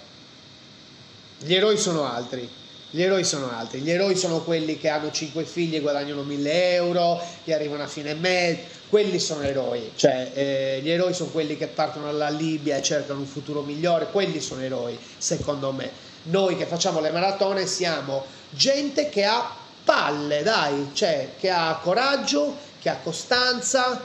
Gli eroi sono altri. Gli eroi sono quelli che hanno 5 figli e guadagnano 1.000 euro, che arrivano a fine mese, quelli sono eroi. Cioè, gli eroi sono quelli che partono dalla Libia e cercano un futuro migliore, quelli sono eroi, secondo me. Noi che facciamo le maratone siamo gente che ha palle, dai, cioè che ha coraggio, che ha costanza.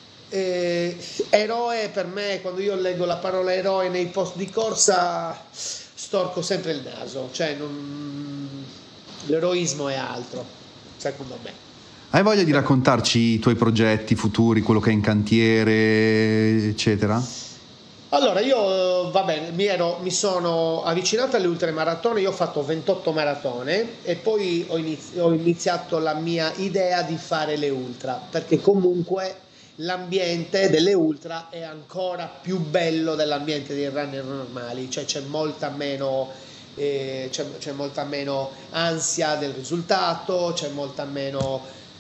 Eroe per me, quando io leggo la parola eroe nei post di corsa, storco sempre il naso, cioè l'eroismo è altro, secondo me. Hai voglia di raccontarci i tuoi progetti futuri, quello che è in cantiere, eccetera? Allora, io va bene, mi sono avvicinato alle ultramaratone, io ho fatto 28 maratone e poi ho iniziato la mia idea di fare le ultra, perché comunque l'ambiente delle ultra è ancora più bello dell'ambiente dei runner normali, cioè c'è molta meno ansia del risultato, c'è molto meno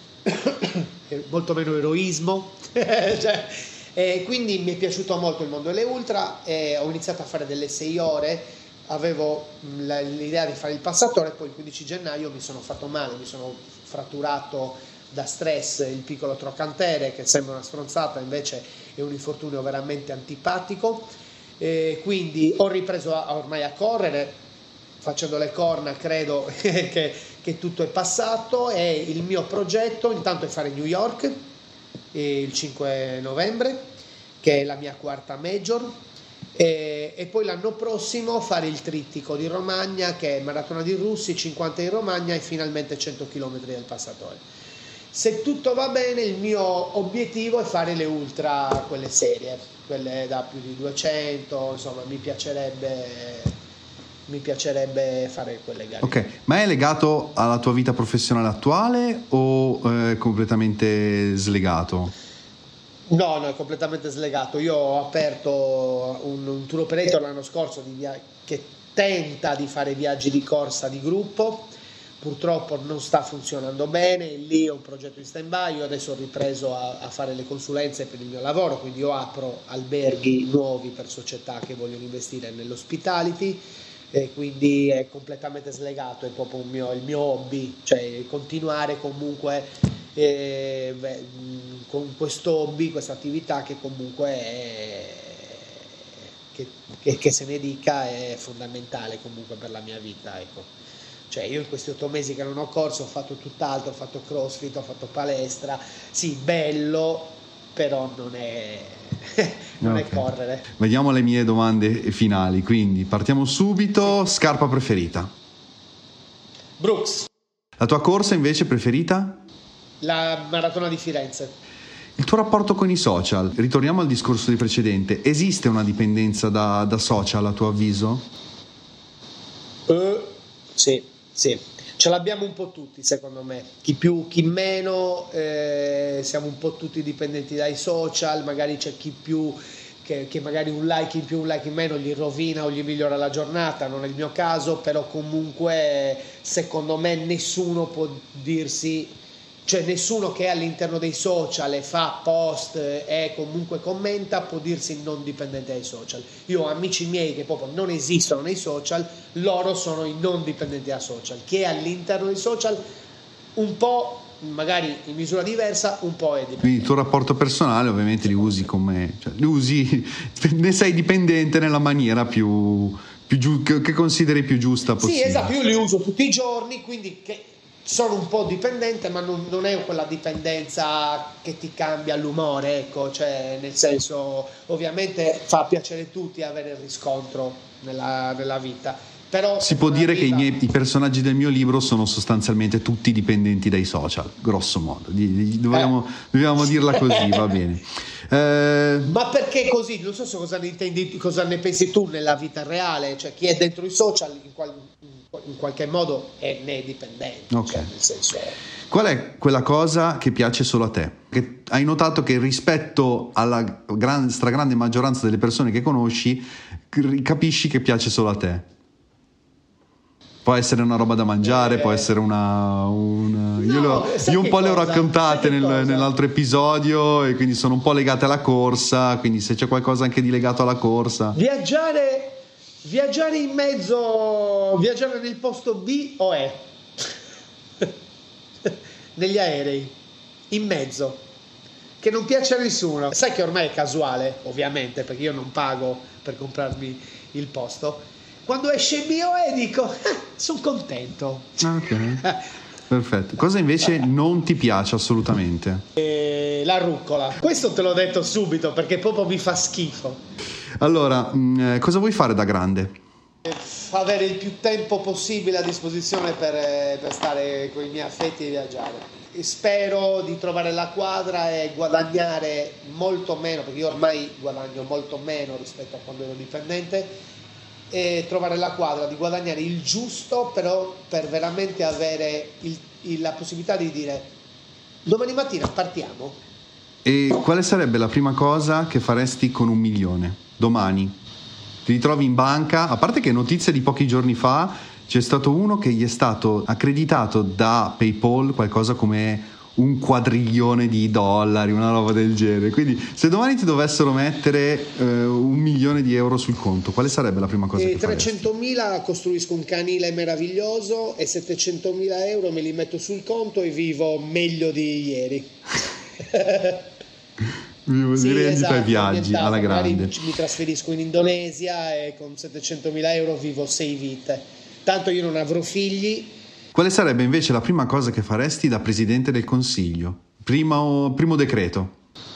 eroismo cioè, quindi mi è piaciuto molto il mondo delle ultra e ho iniziato a fare delle 6 ore. Avevo l'idea di fare il passatore, poi il 15 gennaio mi sono fatto male, mi sono fratturato da stress il piccolo trochantere, che sembra una stronzata, invece è un infortunio veramente antipatico, quindi ho ripreso ormai a correre. Facendo le corna credo che tutto è passato, e il mio progetto intanto è fare New York il 5 novembre, che è la mia 4ª major, e poi l'anno prossimo fare il trittico di Romagna, che è Maratona di Russi, 50 in Romagna e finalmente 100 km del passatore. Se tutto va bene, il mio obiettivo è fare le ultra, quelle serie, quelle da più di 200, insomma mi piacerebbe fare quelle gare. Ok, ma è legato alla tua vita professionale attuale o completamente slegato? No, no, è completamente slegato. Io ho aperto un tour operator l'anno scorso che tenta di fare viaggi di corsa di gruppo. Purtroppo non sta funzionando bene, lì è un progetto in stand-by. Io adesso ho ripreso a fare le consulenze per il mio lavoro, quindi io apro alberghi nuovi per società che vogliono investire nell'hospitality, e quindi è completamente slegato, è proprio il mio hobby, cioè continuare comunque con questo hobby, questa attività che comunque che se ne dica è fondamentale comunque per la mia vita, ecco. Cioè io in questi 8 mesi che non ho corso ho fatto tutt'altro, ho fatto crossfit, ho fatto palestra, sì, bello, però non è, non è correre. Vediamo le mie domande finali, quindi partiamo subito. Scarpa preferita? Brooks. La tua corsa invece preferita? La maratona di Firenze. Il tuo rapporto con i social, ritorniamo al discorso di precedente, esiste una dipendenza da social a tuo avviso? Sì, sì, ce l'abbiamo un po' tutti secondo me, chi più, chi meno, siamo un po' tutti dipendenti dai social, magari c'è chi più che magari un like in più, un like in meno gli rovina o gli migliora la giornata, non è il mio caso, però comunque secondo me nessuno può dirsi, cioè nessuno che è all'interno dei social e fa post e comunque commenta può dirsi non dipendente dai social. Io ho amici miei che proprio non esistono nei social, loro sono i non dipendenti da social. Chi è all'interno dei social un po', magari in misura diversa, un po' è dipendente. Quindi il tuo rapporto personale ovviamente li usi ne sei dipendente nella maniera che consideri più giusta possibile. Sì, esatto, io li uso tutti i giorni, quindi sono un po' dipendente, ma non è quella dipendenza che ti cambia l'umore, ecco, cioè nel senso, ovviamente fa piacere a tutti avere il riscontro nella vita, però si può dire che i personaggi del mio libro sono sostanzialmente tutti dipendenti dai social, grosso modo, dobbiamo dirla così, va bene. Ma perché così? Non so cosa ne intendi, cosa ne pensi tu nella vita reale, cioè chi è dentro i social in qualche modo ne è dipendente, okay. Cioè, nel senso. Qual è quella cosa che piace solo a te? Che hai notato che rispetto alla stragrande maggioranza delle persone che conosci capisci che piace solo a te? Può essere una roba da mangiare, può essere io un po' le ho raccontate nell'altro episodio e quindi sono un po' legate alla corsa, quindi se c'è qualcosa anche di legato alla corsa. Viaggiare in mezzo, viaggiare nel posto B o E? Negli aerei, in mezzo, che non piace a nessuno. Sai che ormai è casuale, ovviamente, perché io non pago per comprarmi il posto. Quando esce B o E dico, sono contento. Ok, perfetto. Cosa invece non ti piace assolutamente? La rucola. Questo te l'ho detto subito perché proprio mi fa schifo. Allora, cosa vuoi fare da grande? Avere il più tempo possibile a disposizione per stare con i miei affetti e viaggiare. Spero di trovare la quadra e guadagnare molto meno, perché io ormai guadagno molto meno rispetto a quando ero dipendente, e trovare la quadra di guadagnare il giusto, però per veramente avere la possibilità di dire domani mattina partiamo. E quale sarebbe la prima cosa che faresti con 1 milione domani? Ti ritrovi in banca, a parte che notizia di pochi giorni fa c'è stato uno che gli è stato accreditato da PayPal qualcosa come $1 quadriglione, una roba del genere. Quindi se domani ti dovessero mettere 1 milione di euro sul conto, quale sarebbe la prima cosa che faresti? 300.000 costruisco un canile meraviglioso e 700.000 euro me li metto sul conto e vivo meglio di ieri. Sì, esatto, fai viaggi alla grande. Mi trasferisco in Indonesia e con 700.000 euro vivo 6 vite. Tanto io non avrò figli. Quale sarebbe invece la prima cosa che faresti da Presidente del Consiglio? Primo decreto?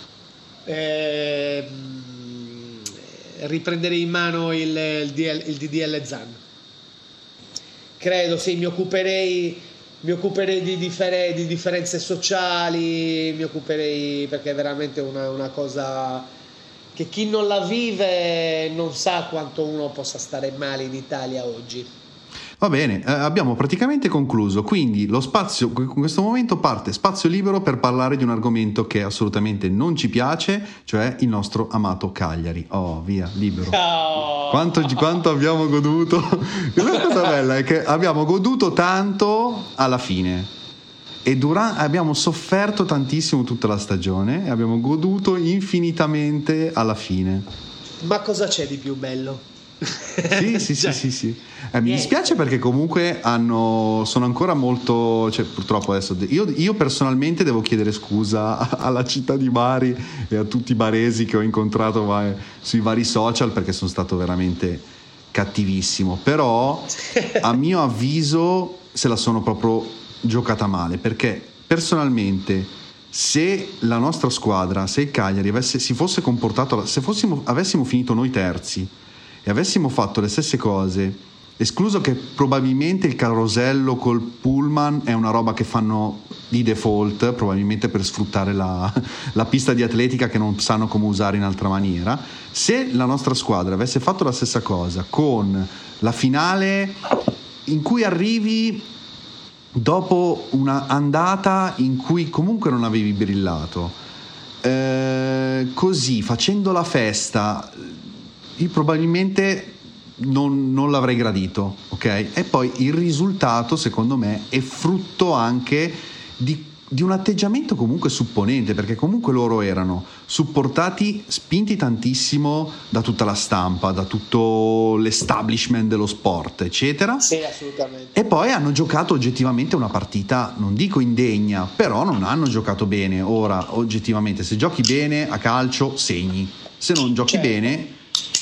Riprendere in mano il DDL Zan. Credo, sì, mi occuperei di differenze sociali, mi occuperei, perché è veramente una cosa che chi non la vive non sa quanto uno possa stare male in Italia oggi. Va bene, abbiamo praticamente concluso, quindi lo spazio, in questo momento parte spazio libero per parlare di un argomento che assolutamente non ci piace, cioè il nostro amato Cagliari. Oh, via, libero. Oh. Quanto abbiamo goduto. La cosa bella è che abbiamo goduto tanto alla fine e abbiamo sofferto tantissimo tutta la stagione e abbiamo goduto infinitamente alla fine. Ma cosa c'è di più bello? Sì. Mi dispiace perché comunque sono ancora molto, cioè purtroppo adesso io personalmente devo chiedere scusa alla città di Bari e a tutti i baresi che ho incontrato sui vari social, perché sono stato veramente cattivissimo, però a mio avviso se la sono proprio giocata male, perché personalmente se la nostra squadra, se il Cagliari si fosse comportato, se avessimo finito noi terzi e avessimo fatto le stesse cose, escluso che probabilmente il carosello col pullman è una roba che fanno di default, probabilmente per sfruttare la pista di atletica che non sanno come usare in altra maniera, se la nostra squadra avesse fatto la stessa cosa con la finale in cui arrivi dopo una andata in cui comunque non avevi brillato, così facendo la festa, io probabilmente non l'avrei gradito, ok? E poi il risultato secondo me è frutto anche di un atteggiamento comunque supponente, perché comunque loro erano supportati, spinti tantissimo da tutta la stampa, da tutto l'establishment dello sport, eccetera. Sì, assolutamente. E poi hanno giocato oggettivamente una partita, non dico indegna, però non hanno giocato bene. Ora, oggettivamente, se giochi bene a calcio, segni. Se non giochi bene,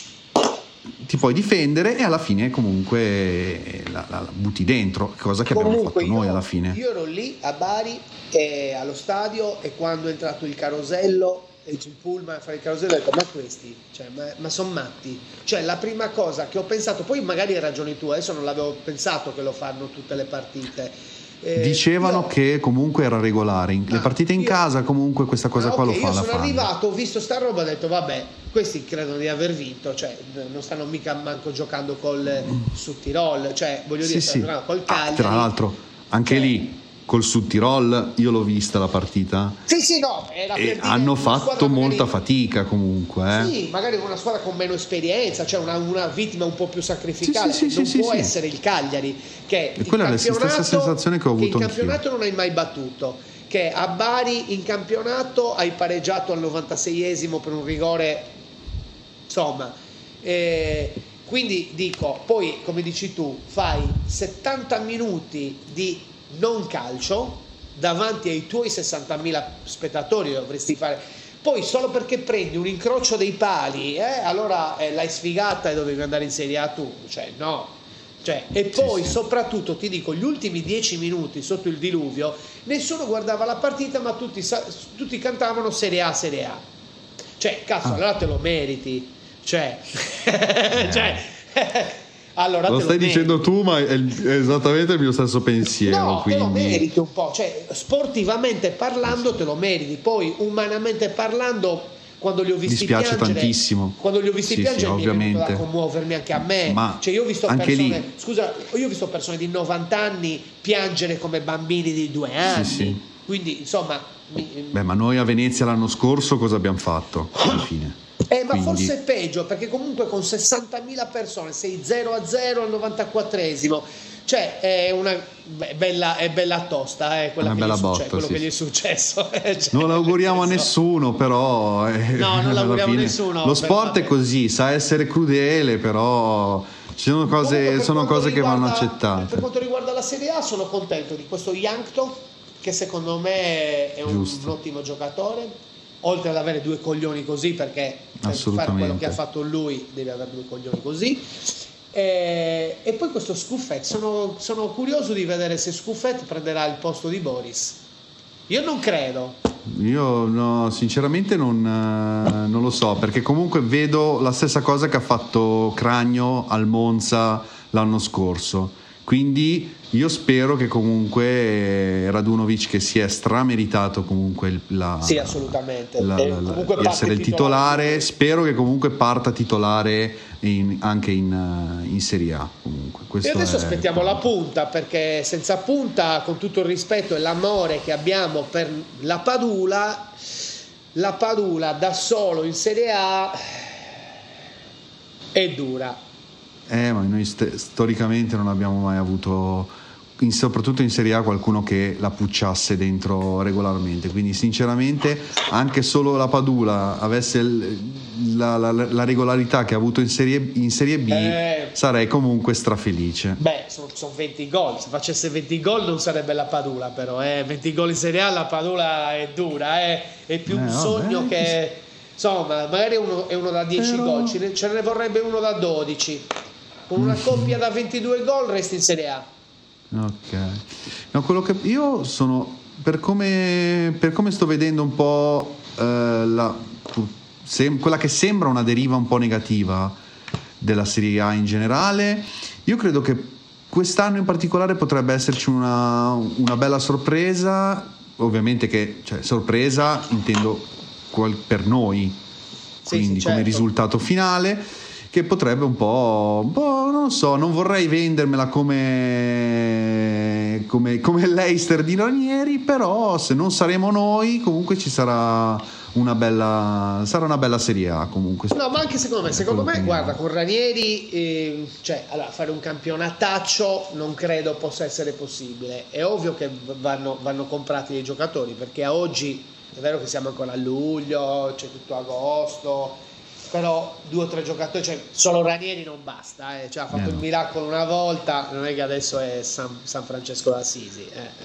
ti puoi difendere e alla fine comunque la butti dentro, cosa che abbiamo fatto noi alla fine. Io ero lì a Bari allo stadio, e quando è entrato il carosello e il pullman a fare il carosello ho detto ma questi, cioè, ma sono matti. Cioè la prima cosa che ho pensato, poi magari hai ragione tu, adesso non l'avevo pensato che lo fanno tutte le partite. Dicevano che comunque era regolare le partite in casa, comunque questa cosa qua lo fa. Io sono arrivato, ho visto sta roba, ho detto vabbè, questi credono di aver vinto, cioè non stanno mica manco giocando su Tirol, cioè voglio dire, stanno giocando col Cagliari. Tra l'altro anche lì col Sud Tirol io l'ho vista la partita. Sì, no, era per dire, hanno fatto molta fatica comunque. Sì, magari una squadra con meno esperienza, cioè una vittima un po' più sacrificata, non può essere il Cagliari, che e quella è la stessa sensazione che ho avuto in campionato non hai mai battuto, che a Bari in campionato hai pareggiato al 96esimo per un rigore, insomma, quindi dico, poi come dici tu, fai 70 minuti di non calcio davanti ai tuoi 60.000 spettatori, dovresti fare, poi solo perché prendi un incrocio dei pali allora l'hai sfigata e dovevi andare in Serie A tu, cioè no, cioè, e poi soprattutto ti dico, gli ultimi 10 minuti sotto il diluvio nessuno guardava la partita, ma tutti cantavano Serie A, cioè cazzo, allora te lo meriti, cioè allora lo stai dicendo tu, ma è esattamente il mio stesso pensiero. No, quindi... te lo meriti un po', cioè sportivamente parlando te lo meriti, poi umanamente parlando, quando li ho visti dispiace piangere, tantissimo. Quando li ho visti piangere mi è venuto da commuovermi anche a me. Ma cioè io ho visto anche persone, lì... scusa, io ho visto persone di 90 anni piangere come bambini di 2 anni. Sì. Quindi insomma ma noi a Venezia l'anno scorso cosa abbiamo fatto alla fine? Ma forse è peggio, perché comunque con 60.000 persone sei 0-0 al 94esimo, cioè è una bella tosta, quella una che bella gli botta, quello che gli è successo. Cioè, non l'auguriamo a nessuno, però no, non l'auguriamo a nessuno. Lo sport è così, sa essere crudele, però ci sono cose che vanno accettate. Per quanto riguarda la Serie A sono contento di questo Yankto, che secondo me è un ottimo giocatore, oltre ad avere 2 coglioni così, perché per fare quello che ha fatto lui devi avere 2 coglioni così, e poi questo Scuffet, sono curioso di vedere se Scuffet prenderà il posto di Boris. Io non credo. Io no, sinceramente non lo so, perché comunque vedo la stessa cosa che ha fatto Cragno al Monza l'anno scorso, quindi io spero che comunque Radunovic, che si è strameritato comunque sì, assolutamente, di essere il titolare, spero che comunque parta titolare anche in Serie A comunque. E adesso aspettiamo la punta, perché senza punta, con tutto il rispetto e l'amore che abbiamo per la Padula da solo in Serie A è dura. Ma noi storicamente non abbiamo mai avuto, soprattutto in Serie A, qualcuno che la pucciasse dentro regolarmente, quindi sinceramente anche solo la Padula avesse la regolarità che ha avuto in Serie B, sarei comunque strafelice. Beh, sono 20 gol, se facesse 20 gol non sarebbe la Padula, però 20 gol in Serie A la Padula è dura, è più un sogno che, insomma, magari è uno da 10 gol, ce ne vorrebbe uno da 12. Con una coppia da 22 gol resti in Serie A. Ok. No, quello che io sono, per come sto vedendo un po' quella che sembra una deriva un po' negativa della Serie A in generale, io credo che quest'anno in particolare potrebbe esserci una bella sorpresa, ovviamente sorpresa intendo per noi, quindi certo, come risultato finale, che potrebbe un po' non lo so, non vorrei vendermela come l'Eister di Ranieri, però se non saremo noi comunque ci sarà una bella Serie A comunque. No, ma anche secondo me guarda, con Ranieri allora, fare un campionataccio non credo possa essere possibile. È ovvio che vanno comprati dei giocatori, perché a oggi è vero che siamo ancora a luglio, c'è tutto agosto, però 2 o 3 giocatori, solo Ranieri non basta, ha fatto il miracolo una volta, non è che adesso è San Francesco d'Assisi.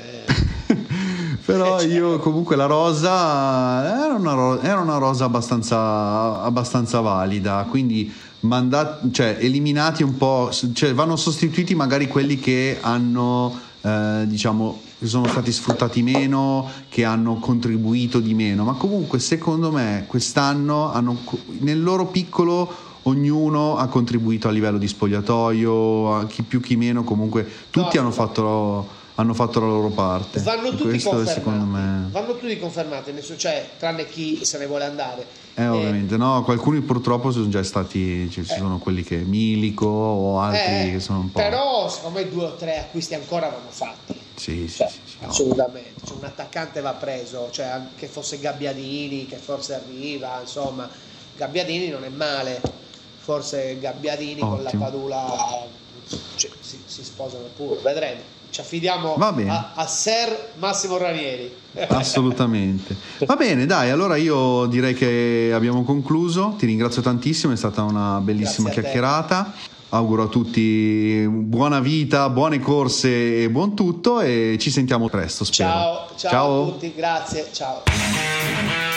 Però io comunque la rosa era una rosa abbastanza valida, quindi eliminati un po', vanno sostituiti magari quelli che hanno che sono stati sfruttati meno, che hanno contribuito di meno, ma comunque secondo me quest'anno nel loro piccolo ognuno ha contribuito a livello di spogliatoio, chi più chi meno, comunque tutti hanno fatto la loro parte. Vanno tutti confermati, secondo me tranne chi se ne vuole andare. Ovviamente no, qualcuni purtroppo sono già stati, ci sono quelli che Milico o altri che sono un po'. Però secondo me 2 o 3 acquisti ancora vanno fatti. Sì, assolutamente. Un attaccante va preso, che fosse Gabbiadini, che forse arriva, insomma, Gabbiadini non è male, forse Gabbiadini con la Padula si sposano pure, vedremo. Ci affidiamo a Ser Massimo Ranieri. Assolutamente. Va bene, dai, allora io direi che abbiamo concluso. Ti ringrazio tantissimo, è stata una bellissima chiacchierata. Auguro a tutti buona vita, buone corse e buon tutto, e ci sentiamo presto, spero. Ciao a tutti, grazie, ciao.